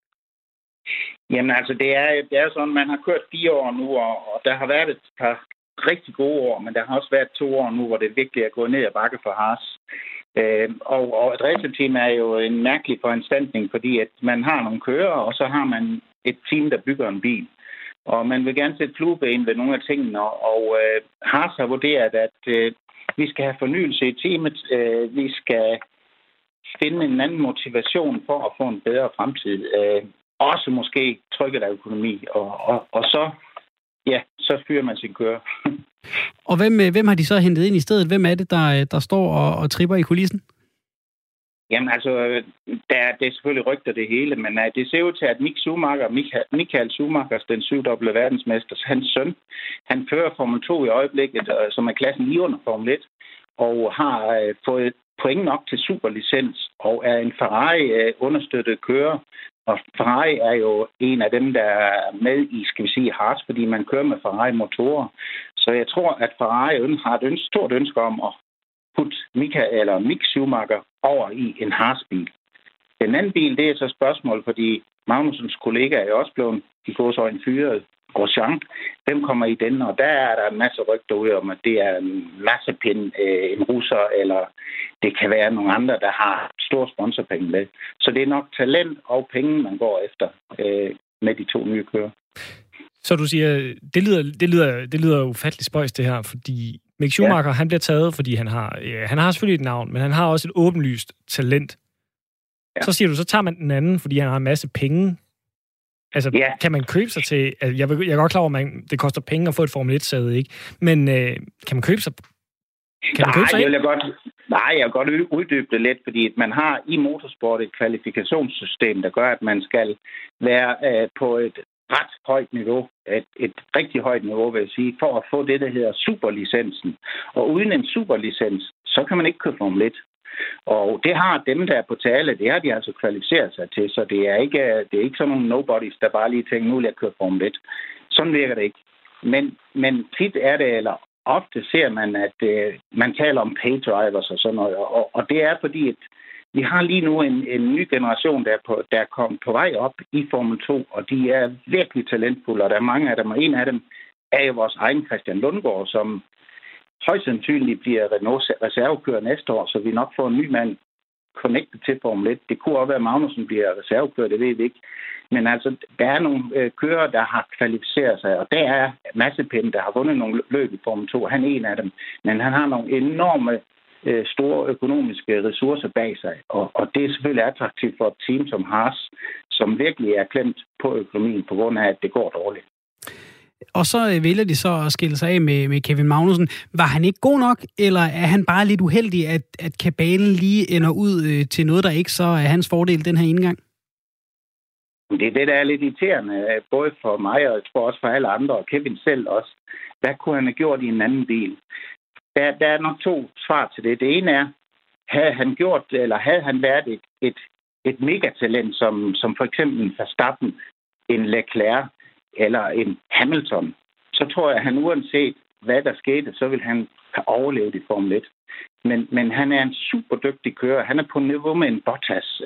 Jamen altså, det er sådan, man har kørt 4 år nu, og der har været et par rigtig gode år, men der har også været 2 år nu, hvor det virkelig er gået ned ad bakke for Haas. Og et racerteam er jo en mærkelig foranstaltning, fordi at man har nogle kører, og så har man et team, der bygger en bil. Og man vil gerne sætte flueben ved nogle af tingene, og Haas har vurderet, at vi skal have fornyelse i teamet. Vi skal finde en anden motivation for at få en bedre fremtid. Også måske trykket af økonomi, og så fyrer man sin kører. Og hvem har de så hentet ind i stedet? Hvem er det, der står og tripper i kulissen? Jamen altså, det er selvfølgelig rygter det hele, men det ser ud til, at Michael Schumacher, den 7-dobbelte verdensmester, hans søn, han fører Formel 2 i øjeblikket, som er klassen lige under Formel 1, og har fået point nok til superlicens, og er en Ferrari-understøttet kører. Og Ferrari er jo en af dem, der er med i, skal vi sige, Haas, fordi man kører med Ferrari-motorer. Så jeg tror, at Ferrari har et stort ønske om at putte Mick Schumacher over i en Haas-bil. Den anden bil, det er så et spørgsmål, fordi Magnusens kollega er jo også blevet i gåseøjne fyret, Grosjean. Hvem kommer i den? Og der er der en masse rygter ud om, at det er en Mazepin, en russer, eller det kan være nogle andre, der har store sponsorpenge med. Så det er nok talent og penge, man går efter med de to nye kører. Så du siger, det lyder ufatteligt spøjst det her, fordi Mick Schumacher, han bliver taget, fordi han har selvfølgelig et navn, men han har også et åbenlyst talent. Ja. Så siger du, så tager man den anden, fordi han har en masse penge. Altså, kan man købe sig til... Altså, jeg er godt klar over, at det koster penge at få et Formel 1-sæde, ikke? Men kan man købe sig... Jeg vil godt uddybe det lidt, fordi man har i motorsport et kvalifikationssystem, der gør, at man skal være på et ret højt niveau, et rigtig højt niveau, vil jeg sige, for at få det, der hedder superlicensen. Og uden en superlicens, så kan man ikke køre Formel 1. Og det har dem, der er på tale, det har de altså kvalificeret sig til, så det er ikke sådan nogle nobodies, der bare lige tænker, nu vil jeg køre Formel 1. Sådan virker det ikke. Men tit er det, eller ofte ser man, at man taler om pay drivers og sådan noget, og det er fordi, at vi har lige nu en ny generation, der er kommet på vej op i Formel 2, og de er virkelig talentfulde, og der er mange af dem, og en af dem er jo vores egen Christian Lundgaard, som højst sandsynligt bliver Renaults reservekører næste år, så vi nok får en ny mand connected til Formel 1. Det kunne også være, at Magnussen bliver reservekører, det ved vi ikke. Men altså, der er nogle kører, der har kvalificeret sig, og der er Mazepin, der har vundet nogle løb i Formel 2. Han er en af dem, men han har nogle enorme store økonomiske ressourcer bag sig, og det er selvfølgelig attraktivt for et team som Haas, som virkelig er klemt på økonomien på grund af, at det går dårligt. Og så vælger de så at skille sig af med Kevin Magnussen. Var han ikke god nok, eller er han bare lidt uheldig, at kabalen lige ender ud til noget, der ikke så er hans fordel den her indgang? Det er det, der er lidt irriterende, både for mig og jeg tror også for alle andre, og Kevin selv også. Hvad kunne han have gjort i en anden bil? Der er nok to svar til det. Det ene er, havde han været et megatalent, som for eksempel Verstappen, en Leclerc eller en Hamilton, så tror jeg, at han uanset hvad der skete, så vil han have overlevet i Formel 1. Men han er en super dygtig kører. Han er på niveau med en Bottas,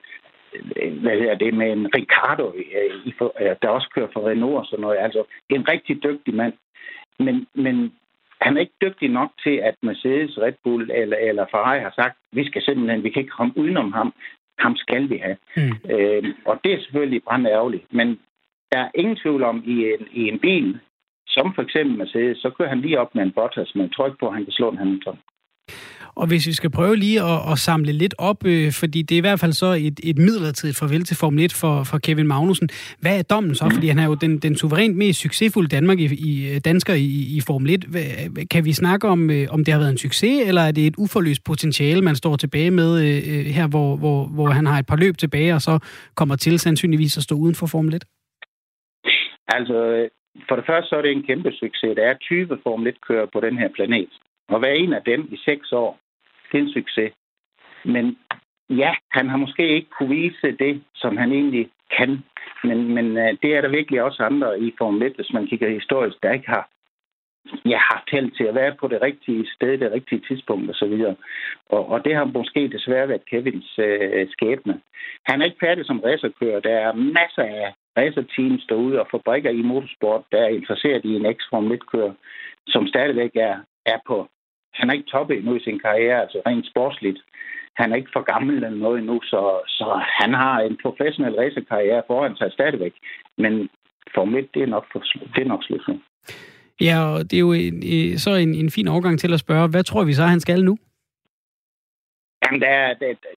med en Ricardo, der også kører for Renault og sådan noget. Altså en rigtig dygtig mand. Men han er ikke dygtig nok til, at Mercedes, Red Bull eller Ferrari har sagt, vi kan ikke komme udenom ham. Ham skal vi have. Og det er selvfølgelig brandærgerligt. Men der er ingen tvivl om, i en bil, som for eksempel Mercedes, så kører han lige op med en Bottas, men jeg tror ikke på, at han kan slå en Hamilton. Og hvis vi skal prøve lige at samle lidt op, fordi det er i hvert fald så et midlertidigt farvel til Formel 1 for Kevin Magnussen. Hvad er dommen så? Fordi han er jo den suverænt mest succesfulde dansker i Formel 1. Kan vi snakke om det har været en succes, eller er det et uforløst potentiale, man står tilbage med her, hvor han har et par løb tilbage, og så kommer til sandsynligvis at stå uden for Formel 1? Altså, for det første så er det en kæmpe succes. Der er 20 Formel 1-kører på den her planet. Og hver en af dem i 6 år, det er en succes. Men ja, han har måske ikke kunne vise det, som han egentlig kan. Men det er der virkelig også andre i Formel 1, hvis man kigger historisk, der ikke har haft held til at være på det rigtige sted, det rigtige tidspunkt osv. Og det har måske desværre været Kevins skæbne. Han er ikke færdig som racerkører. Der er masser af racerteams derude og fabrikker i motorsport, der er interesseret i en ex-Formel 1-kører, som stadigvæk er på. Han er ikke toppet endnu i sin karriere, altså rent sportsligt. Han er ikke for gammel eller noget endnu, så han har en professionel racerkarriere foran sig stadigvæk. Men Formel 1, det er nok slut nu. Ja, og det er jo så en fin overgang til at spørge, hvad tror vi så, han skal nu? Jamen,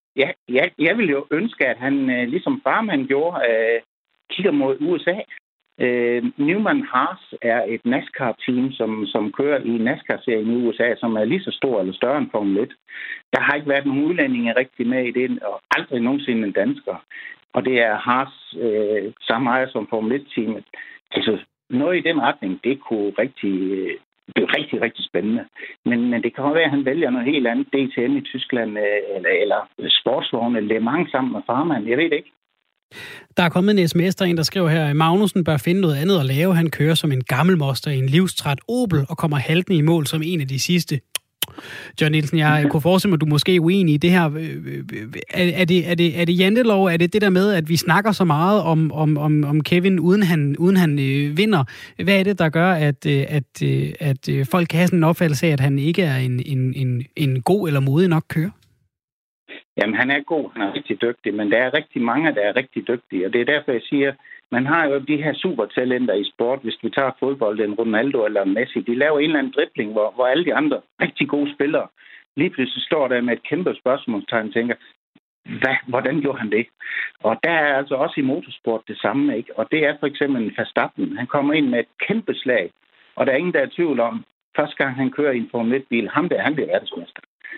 jeg vil jo ønske, at han, ligesom Farman gjorde, kigger mod USA. Newman Haas er et NASCAR-team, som kører i NASCAR-serien i USA, som er lige så stor eller større end Formel 1. Der har ikke været nogen udlændinge rigtig med i den, og aldrig nogensinde en dansker. Og det er Haas samme ejer som Formel 1-teamet. Altså, noget i den retning, det kunne blive rigtig, rigtig spændende. Men det kan jo være, at han vælger noget helt andet, DTM i Tyskland, eller sportsvogne, Le Mans sammen med farmand. Jeg ved det ikke. Der er kommet en sms, der der skriver her, Magnussen bør finde noget andet at lave. Han kører som en gammel moster i en livstræt Opel og kommer haltende i mål som en af de sidste. John Nielsen, jeg kunne forestille mig, at du måske er uenig i det her. Er det jantelov? Er det det der med, at vi snakker så meget om Kevin, uden han vinder? Hvad er det, der gør, at folk kan have sådan en opfattelse af, at han ikke er en god eller modig nok kører? Jamen, han er god, han er rigtig dygtig, men der er rigtig mange, der er rigtig dygtige, og det er derfor, jeg siger, man har jo de her supertalenter i sport. Hvis vi tager fodbold, en Ronaldo eller Messi, de laver en eller anden dribling, hvor alle de andre rigtig gode spillere lige pludselig står der med et kæmpe spørgsmålstegn og tænker, hvordan gjorde han det? Og der er altså også i motorsport det samme, ikke? Og det er for eksempel en Verstappen. Han kommer ind med et kæmpe slag, og der er ingen, der er tvivl om, første gang han kører i en Formel 1-bil, han bliver verdensmester.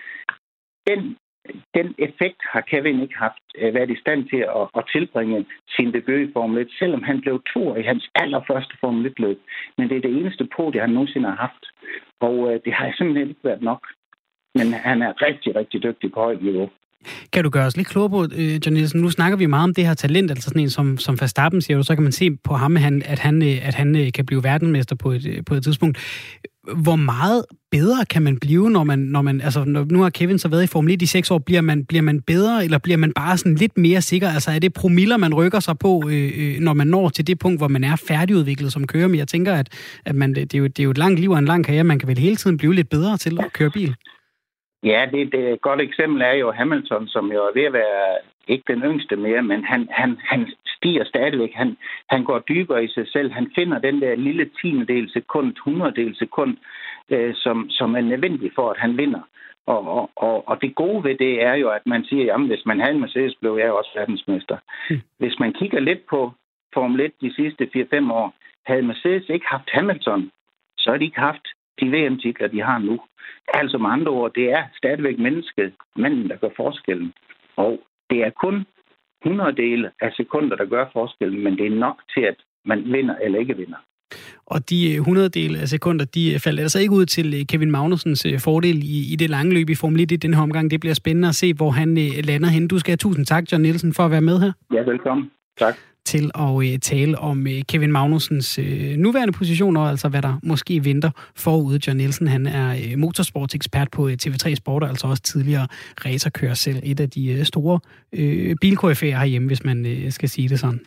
Den effekt har Kevin ikke haft været i stand til at tilbringe sin debut i Formel 1, selvom han blev toer i hans allerførste Formel 1-løb. Men det er det eneste podie, han nogensinde har haft. Og det har simpelthen ikke været nok. Men han er rigtig, rigtig dygtig på højt niveau. Kan du gøre os lidt klogere på, John Nielsen? Nu snakker vi meget om det her talent, altså sådan en som Verstappen, siger du, så kan man se på ham, at han kan blive verdensmester på et tidspunkt. Hvor meget bedre kan man blive, når man altså nu har Kevin så været i Formel 1 i 6 år, bliver man bedre, eller bliver man bare sådan lidt mere sikker? Altså er det promiller, man rykker sig på, når man når til det punkt, hvor man er færdigudviklet som kører? Men jeg tænker, at det er jo et langt liv og en lang karriere, man kan vel hele tiden blive lidt bedre til at køre bil? Ja, det et godt eksempel er jo Hamilton, som jo er ved at være ikke den yngste mere, men han stiger stadigvæk. Han går dybere i sig selv. Han finder den der lille 10. sekund, 100. sekund, som er nødvendig for, at han vinder. Og det gode ved det er jo, at man siger, jamen hvis man havde en Mercedes, blev jeg også verdensmester. Hvis man kigger lidt på Formel 1 de sidste 4-5 år, havde Mercedes ikke haft Hamilton, så har de ikke haft de VM-titler, de har nu. Altså med andre ord, det er stadigvæk manden, der gør forskellen. Og det er kun 100 af sekunder, der gør forskellen, men det er nok til, at man vinder eller ikke vinder. Og de 100 af sekunder, de faldt altså ikke ud til Kevin Magnusens fordel i det lange løb i Formel 1 i den her omgang. Det bliver spændende at se, hvor han lander hen. Du skal have tusind tak, John Nielsen, for at være med her. Ja, velkommen. Tak. Til at tale om Kevin Magnusens nuværende position, og altså hvad der måske venter forude. John Nielsen, han er motorsportsekspert på TV3 Sport, og altså også tidligere racerkører selv. Et af de store bilkoryfæer herhjemme, hvis man skal sige det sådan.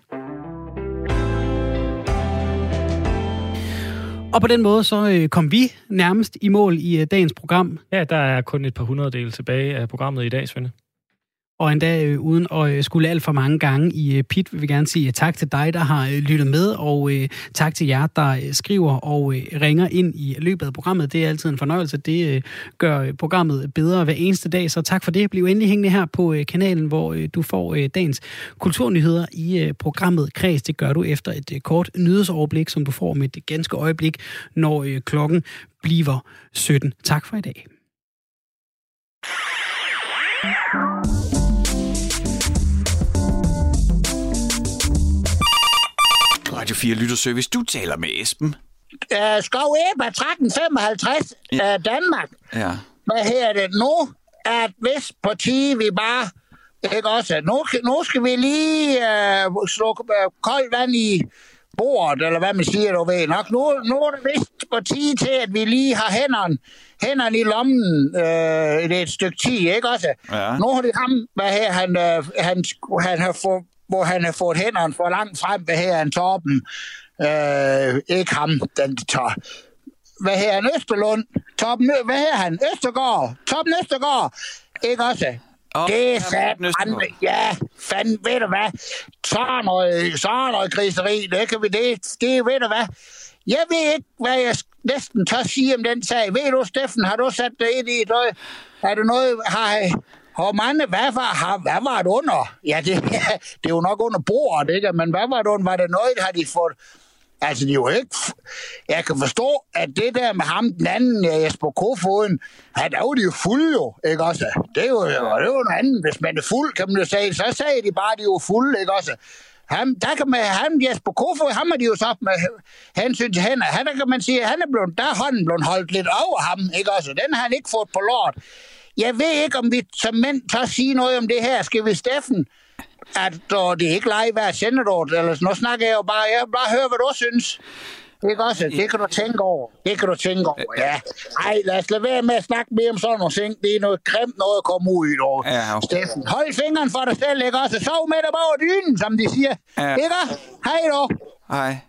Og på den måde så kom vi nærmest i mål i dagens program. Ja, der er kun et par 100 tilbage af programmet i dag, Svende. Og endda uden at skulle alt for mange gange i pit, vil vi gerne sige tak til dig, der har lyttet med, og tak til jer, der skriver og ringer ind i løbet af programmet. Det er altid en fornøjelse. Det gør programmet bedre hver eneste dag, så tak for det. Bliv endelig hængende her på kanalen, hvor du får dagens kulturnyheder i programmet Kreds. Det gør du efter et kort nyhedsoverblik, som du får med et ganske øjeblik, når klokken bliver 17. Tak for i dag. Radio 4 Lytterservice, du taler med Esben. Skov Eber 1355 af Danmark. Ja. Hvad her det nu? Er et vist parti, vi bare... Ikke også? Nu skal vi lige slukke koldt vand i bordet, eller hvad man siger, du ved nok. Nu er det vist parti til, at vi lige har hænderne i lommen et stykke tid, ikke også? Ja. Nu har det ham, hvad her, han har fået... hvor han har fået hænderne for langt frem, hvad her han Torben. Ikke ham, den tager. Hvad her han Østerlund? Torben, hvad her han? Østergaard. Torben Østergaard. Ikke også? Det er sat andre. Ja, fanden, ved du hvad? Så er noget griseri. Det ved du hvad? Jeg ved ikke, hvad jeg næsten tør sige om den sag. Ved du, Steffen, har du sat dig ind i noget? Er det noget, hvor mange, hvad var det under? Ja, det er jo nok under bordet, ikke? Men hvad var det under? Var det noget, har de fået Altså, de er jo ikke... Jeg kan forstå, at det der med ham, den anden Jesper Kofoden, han er jo de jo fulde jo, ikke også? Det er jo noget andet. Hvis man er fuld, kan man jo sige, så sagde de bare, at de er jo fulde, ikke også? Han Jesper Kofoden, ham er de jo så med hensyn til hænder. Han, der kan man sige, der er hånden blevet holdt lidt over ham, ikke også? Den har han ikke fået på lort. Jeg ved ikke, om vi som mænd tør sige noget om det her. Skal vi, Steffen, at det er ikke lege hver sendedort, eller nu snakker jeg vil bare høre, hvad du synes. Ikke også? Det kan du tænke over. Ja. Ej, lad os lade være med at snakke mere om sådan nogle ting. Det er noget grimt noget at komme ud i dog. Ja, okay. Steffen, hold fingeren for dig selv, ikke også? Sov med dig over dynen, som de siger. Ja. Ikke? Hej dog. Hej.